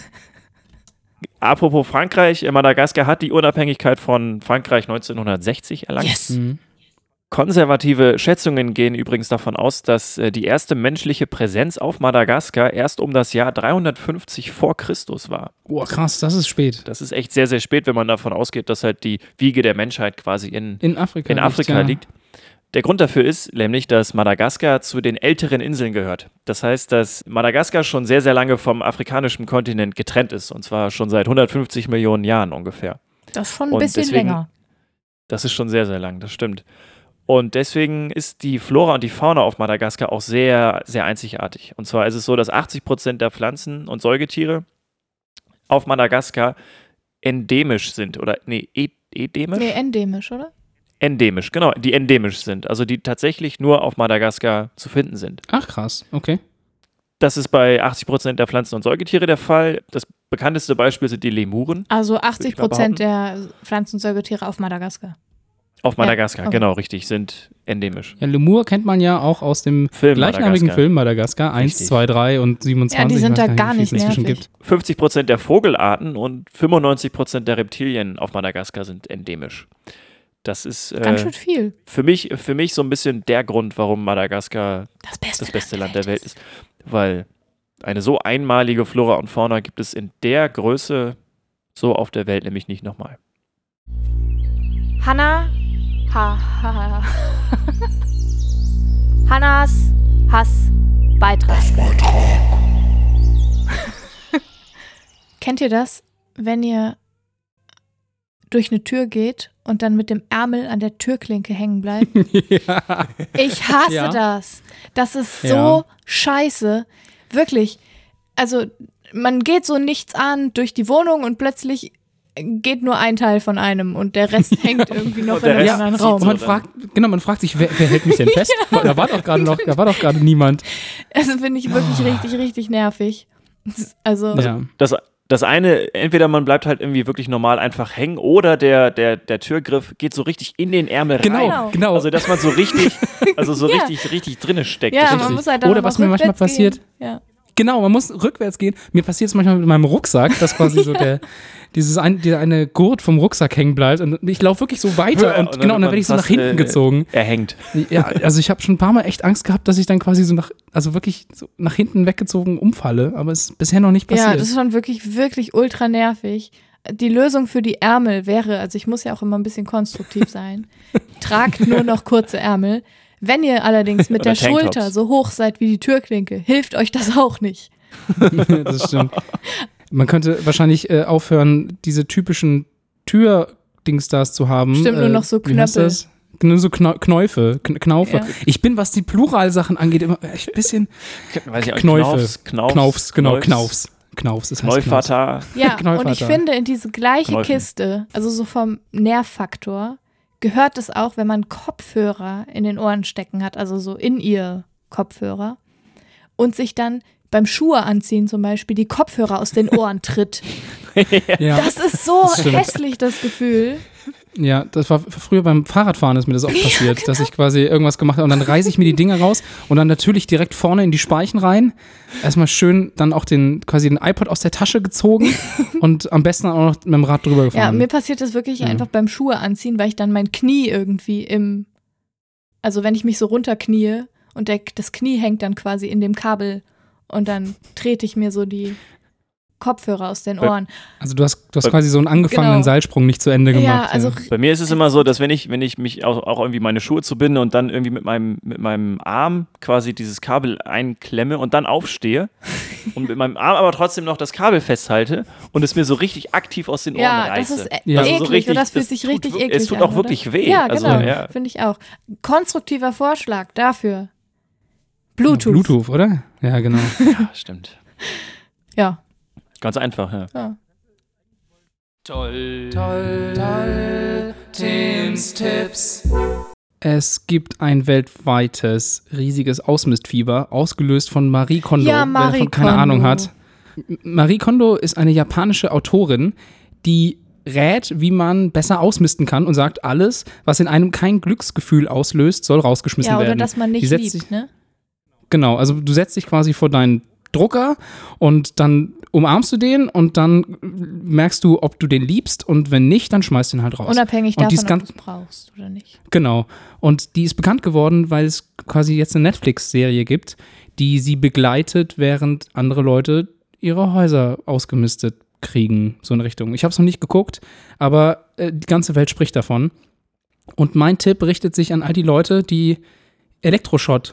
S1: Apropos Frankreich, äh, Madagaskar hat die Unabhängigkeit von Frankreich neunzehnhundertsechzig erlangt.
S2: Yes.
S3: Mhm.
S1: Konservative Schätzungen gehen übrigens davon aus, dass äh, die erste menschliche Präsenz auf Madagaskar erst um das Jahr dreihundertfünfzig vor Christus war.
S3: Oh, krass, das ist spät.
S1: Das ist echt sehr, sehr spät, wenn man davon ausgeht, dass halt die Wiege der Menschheit quasi in,
S3: In Afrika.
S1: in Afrika
S3: ja.
S1: liegt. Der Grund dafür ist nämlich, dass Madagaskar zu den älteren Inseln gehört. Das heißt, dass Madagaskar schon sehr, sehr lange vom afrikanischen Kontinent getrennt ist. Und zwar schon seit hundertfünfzig Millionen Jahren ungefähr.
S2: Das ist schon ein
S1: Und
S2: bisschen
S1: deswegen-
S2: länger.
S1: Das ist schon sehr, sehr lang, das stimmt. Und deswegen ist die Flora und die Fauna auf Madagaskar auch sehr, sehr einzigartig. Und zwar ist es so, dass achtzig Prozent der Pflanzen und Säugetiere auf Madagaskar endemisch sind. Oder, nee, e- endemisch?
S2: Nee, endemisch, oder?
S1: Endemisch, genau, die endemisch sind. Also die tatsächlich nur auf Madagaskar zu finden sind.
S3: Ach, krass, okay.
S1: Das ist bei achtzig Prozent der Pflanzen und Säugetiere der Fall. Das bekannteste Beispiel sind die Lemuren
S2: Also achtzig
S1: ich mal
S2: Prozent der Pflanzen- und Säugetiere auf Madagaskar.
S1: auf Madagaskar.
S2: okay.
S1: Genau, richtig, sind endemisch.
S3: Ja, Lemur kennt man ja auch aus dem
S1: Film
S3: gleichnamigen
S1: Madagaskar.
S3: Film Madagaskar. eins,
S1: Richtig.
S3: zwei, drei und siebenundzwanzig.
S2: Ja, die sind
S3: ich weiß
S2: da gar
S3: wie
S2: nicht
S3: viel es zwischen
S2: nervig.
S3: gibt.
S1: fünfzig Prozent der Vogelarten und fünfundneunzig Prozent der Reptilien auf Madagaskar sind endemisch. Das ist
S2: Ganz
S1: äh,
S2: schön viel.
S1: für, mich, für mich so ein bisschen der Grund, warum Madagaskar
S2: Das beste,
S1: das beste Land der Welt ist. Weil eine so einmalige Flora und Fauna gibt es in der Größe so auf der Welt nämlich nicht nochmal.
S2: Hanna. Ha, ha, ha. Hannas Hassbeitrag. Kennt ihr das, wenn ihr durch eine Tür geht und dann mit dem Ärmel an der Türklinke hängen bleibt?
S3: Ja.
S2: Ich hasse
S3: Ja.
S2: das. Das ist so
S3: Ja.
S2: scheiße. Wirklich. Also, man geht so nichts an durch die Wohnung und plötzlich geht nur ein Teil von einem und der Rest hängt irgendwie noch
S1: Und
S2: in
S1: der
S2: einem
S1: Rest
S2: anderen
S1: zieht
S2: Raum.
S3: Und
S1: so.
S3: man fragt, genau, man fragt sich, wer, wer hält mich denn fest? Da war doch gerade noch, da war doch gerade niemand.
S2: Also finde ich wirklich richtig, richtig nervig. Also,
S3: Ja.
S1: Das, das eine, entweder man bleibt halt irgendwie wirklich normal einfach hängen oder der, der, der Türgriff geht so richtig in den Ärmel
S3: Genau,
S1: rein.
S3: genau.
S1: Also, dass man so richtig, also so
S2: Ja.
S1: richtig, richtig drinne steckt.
S2: ja,
S1: Das
S2: man
S1: ist
S2: muss halt dann
S3: Oder
S2: auch
S3: was
S2: noch
S3: mir manchmal
S2: rückwärts
S3: passiert,
S2: gehen. Ja.
S3: Genau, man muss rückwärts gehen. Mir passiert es manchmal mit meinem Rucksack, dass quasi so der, dieses ein, der eine Gurt vom Rucksack hängen bleibt und ich laufe wirklich so weiter und, und genau, und dann werde ich so nach hinten äh, gezogen.
S1: Er hängt.
S3: Ja, also ich habe schon ein paar Mal echt Angst gehabt, dass ich dann quasi so nach, also wirklich so nach hinten weggezogen umfalle, aber es ist bisher noch nicht passiert.
S2: Ja, das ist schon wirklich, wirklich ultra nervig. Die Lösung für die Ärmel wäre, also ich muss ja auch immer ein bisschen konstruktiv sein, tragt nur noch kurze Ärmel. Wenn ihr allerdings mit der Schulter so hoch seid wie die Türklinke, hilft euch das auch nicht.
S3: Das stimmt. Man könnte wahrscheinlich äh, aufhören, diese typischen Tür-Dingstars zu haben.
S2: Stimmt,
S3: äh,
S2: nur noch so Knöpfe.
S3: Nur so Kno- Knäufe, Kn- Knaufe.
S2: Ja.
S3: Ich bin, was die Pluralsachen angeht, immer echt ein bisschen
S1: Weiß ich auch,
S3: Knäufe.
S1: Knaufs, Knaufs,
S3: Knaufs, genau,
S1: Knaufs.
S3: Knaufs. Knaufs, das heißt Knaufs.
S1: Neuvater.
S2: Ja,
S3: Knäufer
S2: und ich
S3: da.
S2: finde, in diese gleiche
S1: Knäufen.
S2: Kiste, also so vom Nervfaktor, gehört es auch, wenn man Kopfhörer in den Ohren stecken hat, also so in ihr Kopfhörer, und sich dann beim Schuhe anziehen zum Beispiel die Kopfhörer aus den Ohren tritt.
S3: Ja,
S2: Das ist so
S3: Das stimmt.
S2: hässlich, das Gefühl.
S3: ja, das war früher beim Fahrradfahren ist mir das auch passiert, dass ich quasi irgendwas gemacht habe und dann reiße ich mir die Dinger raus und dann natürlich direkt vorne in die Speichen rein. Erstmal schön dann auch den quasi den iPod aus der Tasche gezogen und am besten auch noch mit dem Rad drüber
S2: Ja,
S3: gefahren.
S2: mir passiert das wirklich
S3: Ja.
S2: einfach beim Schuhe anziehen, weil ich dann mein Knie irgendwie im, also wenn ich mich so runterknie und der, das Knie hängt dann quasi in dem Kabel und dann trete ich mir so die Kopfhörer aus den Ohren.
S3: Also du hast, du hast quasi so einen angefangenen
S2: Genau.
S3: Seilsprung nicht zu Ende gemacht.
S2: Ja, also
S1: Bei mir ist es immer so, dass wenn ich, wenn ich mich auch, auch irgendwie meine Schuhe zubinde und dann irgendwie mit meinem, mit meinem Arm quasi dieses Kabel einklemme und dann aufstehe und mit meinem Arm aber trotzdem noch das Kabel festhalte und es mir so richtig aktiv aus den Ohren
S2: ja,
S1: reiße.
S2: das ist e-
S3: Ja.
S1: Also so
S2: eklig,
S1: richtig,
S2: oder das fühlt
S1: das
S2: sich
S1: tut
S2: richtig
S1: wirklich-
S2: eklig
S1: es tut
S2: an,
S1: auch wirklich
S2: oder?
S1: weh.
S2: Ja,
S1: Also,
S2: genau,
S1: ja.
S2: finde ich auch. Konstruktiver Vorschlag dafür. Bluetooth.
S3: Bluetooth, oder? Ja, genau.
S1: Ja, stimmt.
S2: Ja.
S1: Ganz einfach, ja.
S2: ja.
S3: Toll, toll, toll, Tims Tipps. Es gibt ein weltweites, riesiges Ausmistfieber, ausgelöst von Marie Kondo,
S2: Ja,
S3: wer
S2: Marie
S3: davon keine
S2: Kondo.
S3: Ahnung hat. M- Marie Kondo ist eine japanische Autorin, die rät, wie man besser ausmisten kann und sagt, alles, was in einem kein Glücksgefühl auslöst, soll rausgeschmissen
S2: Ja, oder
S3: werden.
S2: dass man
S3: Die
S2: nicht
S3: setzt
S2: liebt,
S3: sich-
S2: ne?
S3: Genau, also du setzt dich quasi vor deinen Drucker und dann umarmst du den und dann merkst du, ob du den liebst und wenn nicht, dann schmeißt du ihn halt raus.
S2: Unabhängig
S3: Und die
S2: davon,
S3: ist
S2: ob
S3: ganz-
S2: du es brauchst oder nicht.
S3: Genau. Und die ist bekannt geworden, weil es quasi jetzt eine Netflix-Serie gibt, die sie begleitet, während andere Leute ihre Häuser ausgemistet kriegen, so in Richtung. Ich habe es noch nicht geguckt, aber äh, die ganze Welt spricht davon. Und mein Tipp richtet sich an all die Leute, die Elektroschrott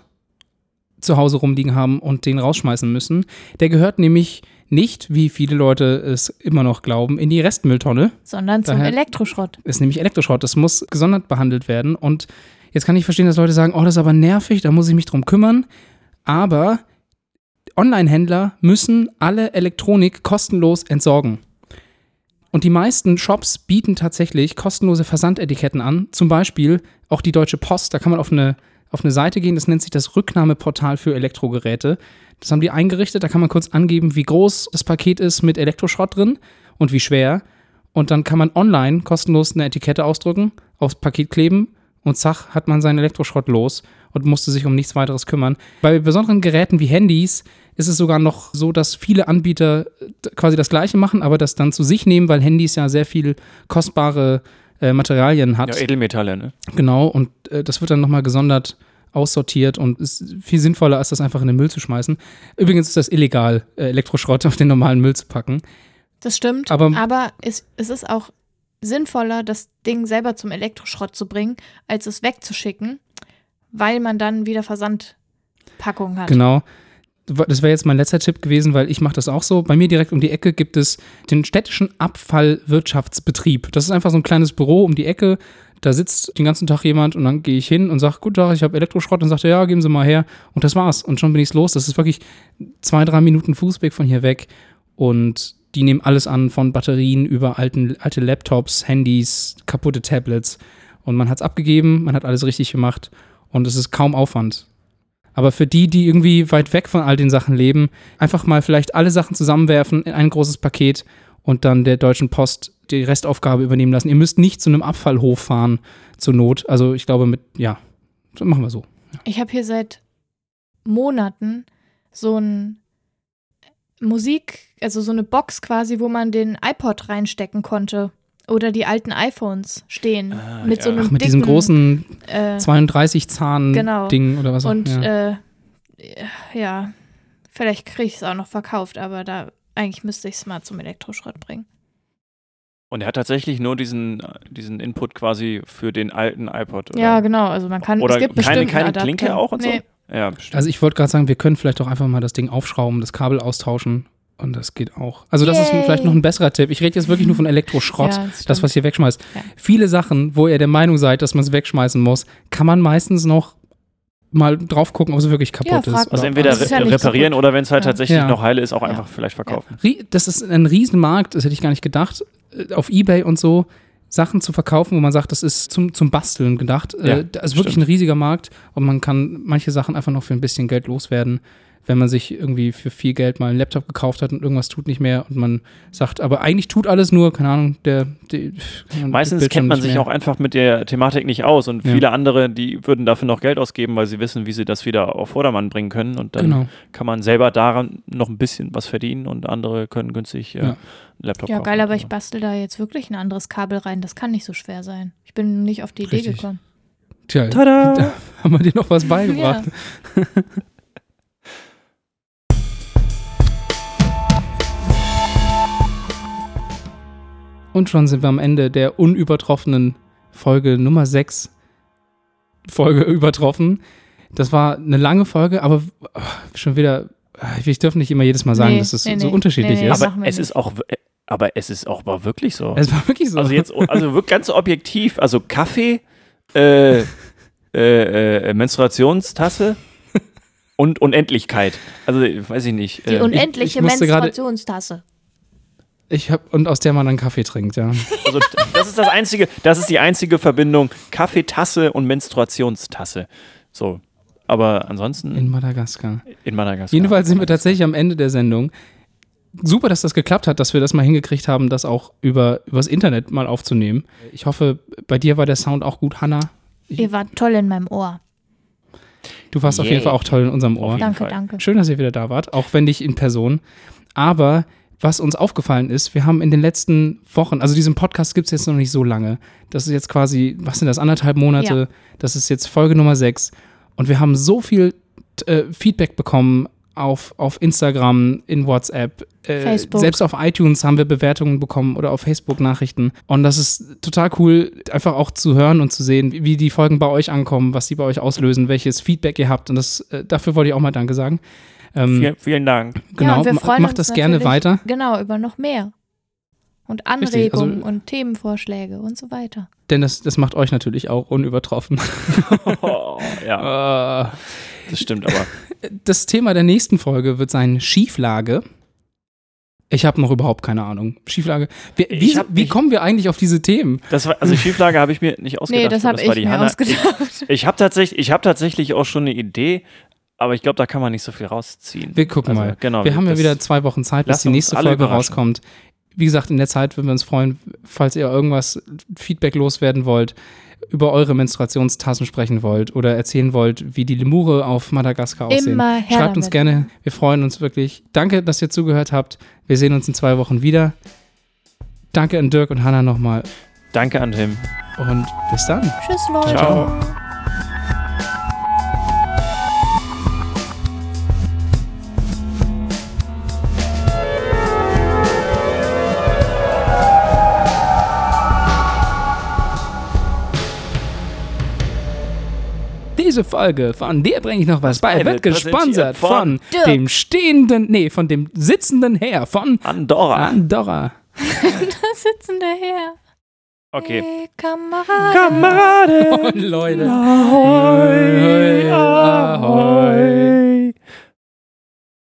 S3: zu Hause rumliegen haben und den rausschmeißen müssen. Der gehört nämlich nicht, wie viele Leute es immer noch glauben, in die Restmülltonne.
S2: Sondern zum
S3: Daher-
S2: Elektroschrott.
S3: Ist nämlich Elektroschrott. Das muss gesondert behandelt werden. Und jetzt kann ich verstehen, dass Leute sagen, oh, das ist aber nervig, da muss ich mich drum kümmern. Aber Online-Händler müssen alle Elektronik kostenlos entsorgen. Und die meisten Shops bieten tatsächlich kostenlose Versandetiketten an. Zum Beispiel auch die Deutsche Post. Da kann man auf eine, auf eine Seite gehen, das nennt sich das Rücknahmeportal für Elektrogeräte. Das haben die eingerichtet. Da kann man kurz angeben, wie groß das Paket ist mit Elektroschrott drin und wie schwer. Und dann kann man online kostenlos eine Etikette ausdrücken, aufs Paket kleben und zack, hat man seinen Elektroschrott los und musste sich um nichts weiteres kümmern. Bei besonderen Geräten wie Handys ist es sogar noch so, dass viele Anbieter quasi das Gleiche machen, aber das dann zu sich nehmen, weil Handys ja sehr viel kostbare äh, Materialien hat.
S1: Ja, Edelmetalle, ne?
S3: Genau, und äh, das wird dann nochmal gesondert aussortiert und ist viel sinnvoller, als das einfach in den Müll zu schmeißen. Übrigens ist das illegal, äh, Elektroschrott auf den normalen Müll zu packen.
S2: Das stimmt,
S3: Aber-
S2: aber, es, es ist auch sinnvoller, das Ding selber zum Elektroschrott zu bringen, als es wegzuschicken, weil man dann wieder Versandpackungen hat.
S3: Genau. Das wäre jetzt mein letzter Tipp gewesen, weil ich mache das auch so. Bei mir direkt um die Ecke gibt es den städtischen Abfallwirtschaftsbetrieb. Das ist einfach so ein kleines Büro um die Ecke. Da sitzt den ganzen Tag jemand und dann gehe ich hin und sage, guten Tag, ich habe Elektroschrott und sagt er, ja, geben Sie mal her. Und das war's. Und schon bin ich los. Das ist wirklich zwei, drei Minuten Fußweg von hier weg. Und die nehmen alles an, von Batterien über alten, alte Laptops, Handys, kaputte Tablets. Und man hat es abgegeben, man hat alles richtig gemacht. Und es ist kaum Aufwand. Aber für die, die irgendwie weit weg von all den Sachen leben, einfach mal vielleicht alle Sachen zusammenwerfen in ein großes Paket und dann der Deutschen Post die Restaufgabe übernehmen lassen. Ihr müsst nicht zu einem Abfallhof fahren, zur Not. Also ich glaube mit, ja, das machen wir so.
S2: Ich habe hier seit Monaten so ein Musik, also so eine Box quasi, wo man den iPod reinstecken konnte. Oder die alten iPhones stehen.
S1: Ah,
S2: mit
S1: ja.
S2: so einem
S3: Ach, mit
S2: dicken,
S3: diesem großen
S2: äh,
S3: zweiunddreißig-Zahn-Ding
S2: genau.
S3: oder was auch
S2: Und
S3: ja.
S2: äh, ja, vielleicht kriege ich es auch noch verkauft, aber da eigentlich müsste ich es mal zum Elektroschrott bringen.
S1: Und er hat tatsächlich nur diesen, diesen Input quasi für den alten iPod. Oder?
S2: Ja, genau. Also man kann,
S1: Oder
S2: es gibt
S1: keine,
S2: bestimmt
S1: keine
S2: einen Adapter.
S1: Klinke auch und
S2: nee.
S1: so? Ja, bestimmt.
S3: Also ich wollte gerade sagen, wir können vielleicht auch einfach mal das Ding aufschrauben, das Kabel austauschen und das geht auch. Also das
S2: Yay.
S3: ist vielleicht noch ein besserer Tipp. Ich rede jetzt wirklich nur von Elektroschrott,
S2: Ja, das
S3: das, was ihr wegschmeißt.
S2: Ja.
S3: Viele Sachen, wo ihr der Meinung seid, dass man es wegschmeißen muss, kann man meistens noch mal drauf gucken, ob es wirklich kaputt
S2: Ja,
S3: ist.
S2: frag-
S3: Oder
S1: Also
S3: ob
S1: entweder
S2: Das ist ja
S1: re
S2: nicht so
S1: reparieren
S2: gut.
S1: oder wenn es halt
S2: Ja.
S1: tatsächlich
S3: Ja.
S1: noch heile ist, auch
S2: Ja.
S1: einfach vielleicht verkaufen.
S3: Rie- Das ist ein Riesenmarkt, das hätte ich gar nicht gedacht, äh, auf Ebay und so Sachen zu verkaufen, wo man sagt, das ist zum, zum Basteln gedacht.
S1: Ja,
S3: äh, das ist wirklich
S1: stimmt.
S3: ein riesiger Markt und man kann manche Sachen einfach noch für ein bisschen Geld loswerden, wenn man sich irgendwie für viel Geld mal einen Laptop gekauft hat und irgendwas tut nicht mehr und man sagt, aber eigentlich tut alles nur, keine Ahnung, der, der
S1: Meistens
S3: Bildschirm
S1: kennt man
S3: nicht
S1: sich
S3: mehr.
S1: auch einfach mit der Thematik nicht aus und
S3: Ja.
S1: viele andere, die würden dafür noch Geld ausgeben, weil sie wissen, wie sie das wieder auf Vordermann bringen können und dann
S3: Genau.
S1: kann man selber daran noch ein bisschen was verdienen und andere können günstig äh,
S3: Ja.
S1: einen Laptop
S2: Ja,
S1: kaufen.
S2: geil, aber ich
S1: Also.
S2: bastel da jetzt wirklich ein anderes Kabel rein. Das kann nicht so schwer sein. Ich bin nicht auf die Idee
S3: Richtig.
S2: gekommen.
S3: Tja,
S1: Tada!
S3: da haben wir dir noch was beigebracht.
S2: Ja.
S3: Und schon sind wir am Ende der unübertroffenen Folge Nummer sechs. Folge übertroffen. Das war eine lange Folge, aber oh, schon wieder, ich darf nicht immer jedes Mal sagen,
S2: Nee,
S3: dass es
S2: nee,
S3: so
S2: nee.
S3: unterschiedlich
S2: Nee, nee.
S3: ist.
S2: machen
S1: Aber
S2: wir
S1: es
S2: nicht.
S1: ist auch, w- aber es ist auch mal wirklich so.
S3: Es war wirklich so.
S1: Also jetzt, also wirklich ganz objektiv, also Kaffee, äh, äh, äh, Menstruationstasse und Unendlichkeit. Also weiß ich nicht.
S2: Die
S1: äh,
S2: unendliche
S3: ich musste gerade-
S2: Menstruationstasse.
S3: Ich hab, und aus der man dann Kaffee trinkt, ja.
S1: Also das ist das einzige, das ist die einzige Verbindung Kaffeetasse und Menstruationstasse. So, aber ansonsten
S3: In Madagaskar.
S1: in Madagaskar.
S3: Jedenfalls sind wir tatsächlich am Ende der Sendung. Super, dass das geklappt hat, dass wir das mal hingekriegt haben, das auch über übers Internet mal aufzunehmen. Ich hoffe, bei dir war der Sound auch gut, Hanna.
S2: Ihr wart toll in meinem Ohr.
S3: Du warst auf
S1: Yay.
S3: jeden Fall auch toll in unserem
S1: Auf
S3: Ohr.
S1: jeden
S2: Danke,
S1: Fall.
S2: danke.
S3: Schön, dass ihr wieder da wart, auch wenn nicht in Person. Aber was uns aufgefallen ist, wir haben in den letzten Wochen, also diesen Podcast gibt es jetzt noch nicht so lange. Das ist jetzt quasi, was sind das, anderthalb Monate?
S2: Ja.
S3: Das ist jetzt Folge Nummer sechs. Und wir haben so viel äh, Feedback bekommen auf, auf Instagram, in WhatsApp. Äh,
S2: Facebook.
S3: Selbst auf iTunes haben wir Bewertungen bekommen oder auf Facebook Nachrichten. Und das ist total cool, einfach auch zu hören und zu sehen, wie, wie die Folgen bei euch ankommen, was die bei euch auslösen, welches Feedback ihr habt. Und das, äh, dafür wollte ich auch mal Danke sagen. Ähm,
S1: Vielen, vielen Dank.
S3: Genau,
S2: ja, und wir
S3: ma-
S2: freuen
S3: macht
S2: uns
S3: das gerne
S2: natürlich,
S3: weiter.
S2: Genau, über noch mehr. Und
S3: Richtig, also-
S2: Anregungen und Themenvorschläge und so weiter.
S3: Denn das, das macht euch natürlich auch unübertroffen.
S1: Oh, ja,
S3: Äh,
S1: das stimmt aber.
S3: das Thema der nächsten Folge wird sein Schieflage. Ich habe noch überhaupt keine Ahnung. Schieflage. Wie, wie,
S1: Ich hab-
S3: wie
S1: ich-
S3: kommen wir eigentlich auf diese Themen?
S1: Das war, also Schieflage habe ich mir nicht ausgedacht.
S2: Nee, das habe
S1: war
S2: ich
S1: die
S2: mir
S1: Hanna.
S2: ausgedacht.
S1: Ich habe tatsächlich, ich hab tatsächlich auch schon eine Idee, aber ich glaube, da kann man nicht so viel rausziehen.
S3: Wir gucken
S1: Also,
S3: mal.
S1: Genau,
S3: Wir haben ja
S1: das-
S3: wieder zwei Wochen Zeit, bis
S1: lassen
S3: die
S1: uns
S3: nächste
S1: alle
S3: Folge
S1: überraschen.
S3: rauskommt. Wie gesagt, in der Zeit würden wir uns freuen, falls ihr irgendwas Feedback loswerden wollt, über eure Menstruationstassen sprechen wollt oder erzählen wollt, wie die Lemure auf Madagaskar aussehen.
S2: Immer her
S3: Schreibt uns
S2: damit.
S3: gerne. Wir freuen uns wirklich. Danke, dass ihr zugehört habt. Wir sehen uns in zwei Wochen wieder. Danke an Dirk und Hanna nochmal
S1: Danke an Tim.
S3: und bis dann.
S2: Tschüss, Leute.
S1: Ciao.
S3: Diese Folge von Dir bringe ich noch was bei
S1: bei
S3: wird
S1: wird
S3: gesponsert
S1: präsentiert
S3: von,
S1: von
S2: Dirk.
S3: dem stehenden, nee, von dem sitzenden Herr von
S1: Andorra.
S3: Andorra.
S2: Da sitzen der Herr.
S1: Okay.
S2: Hey, Kamerad.
S1: Kameraden.
S3: Oh, Leute.
S1: Ahoi,
S3: Ahoi.
S1: ahoi.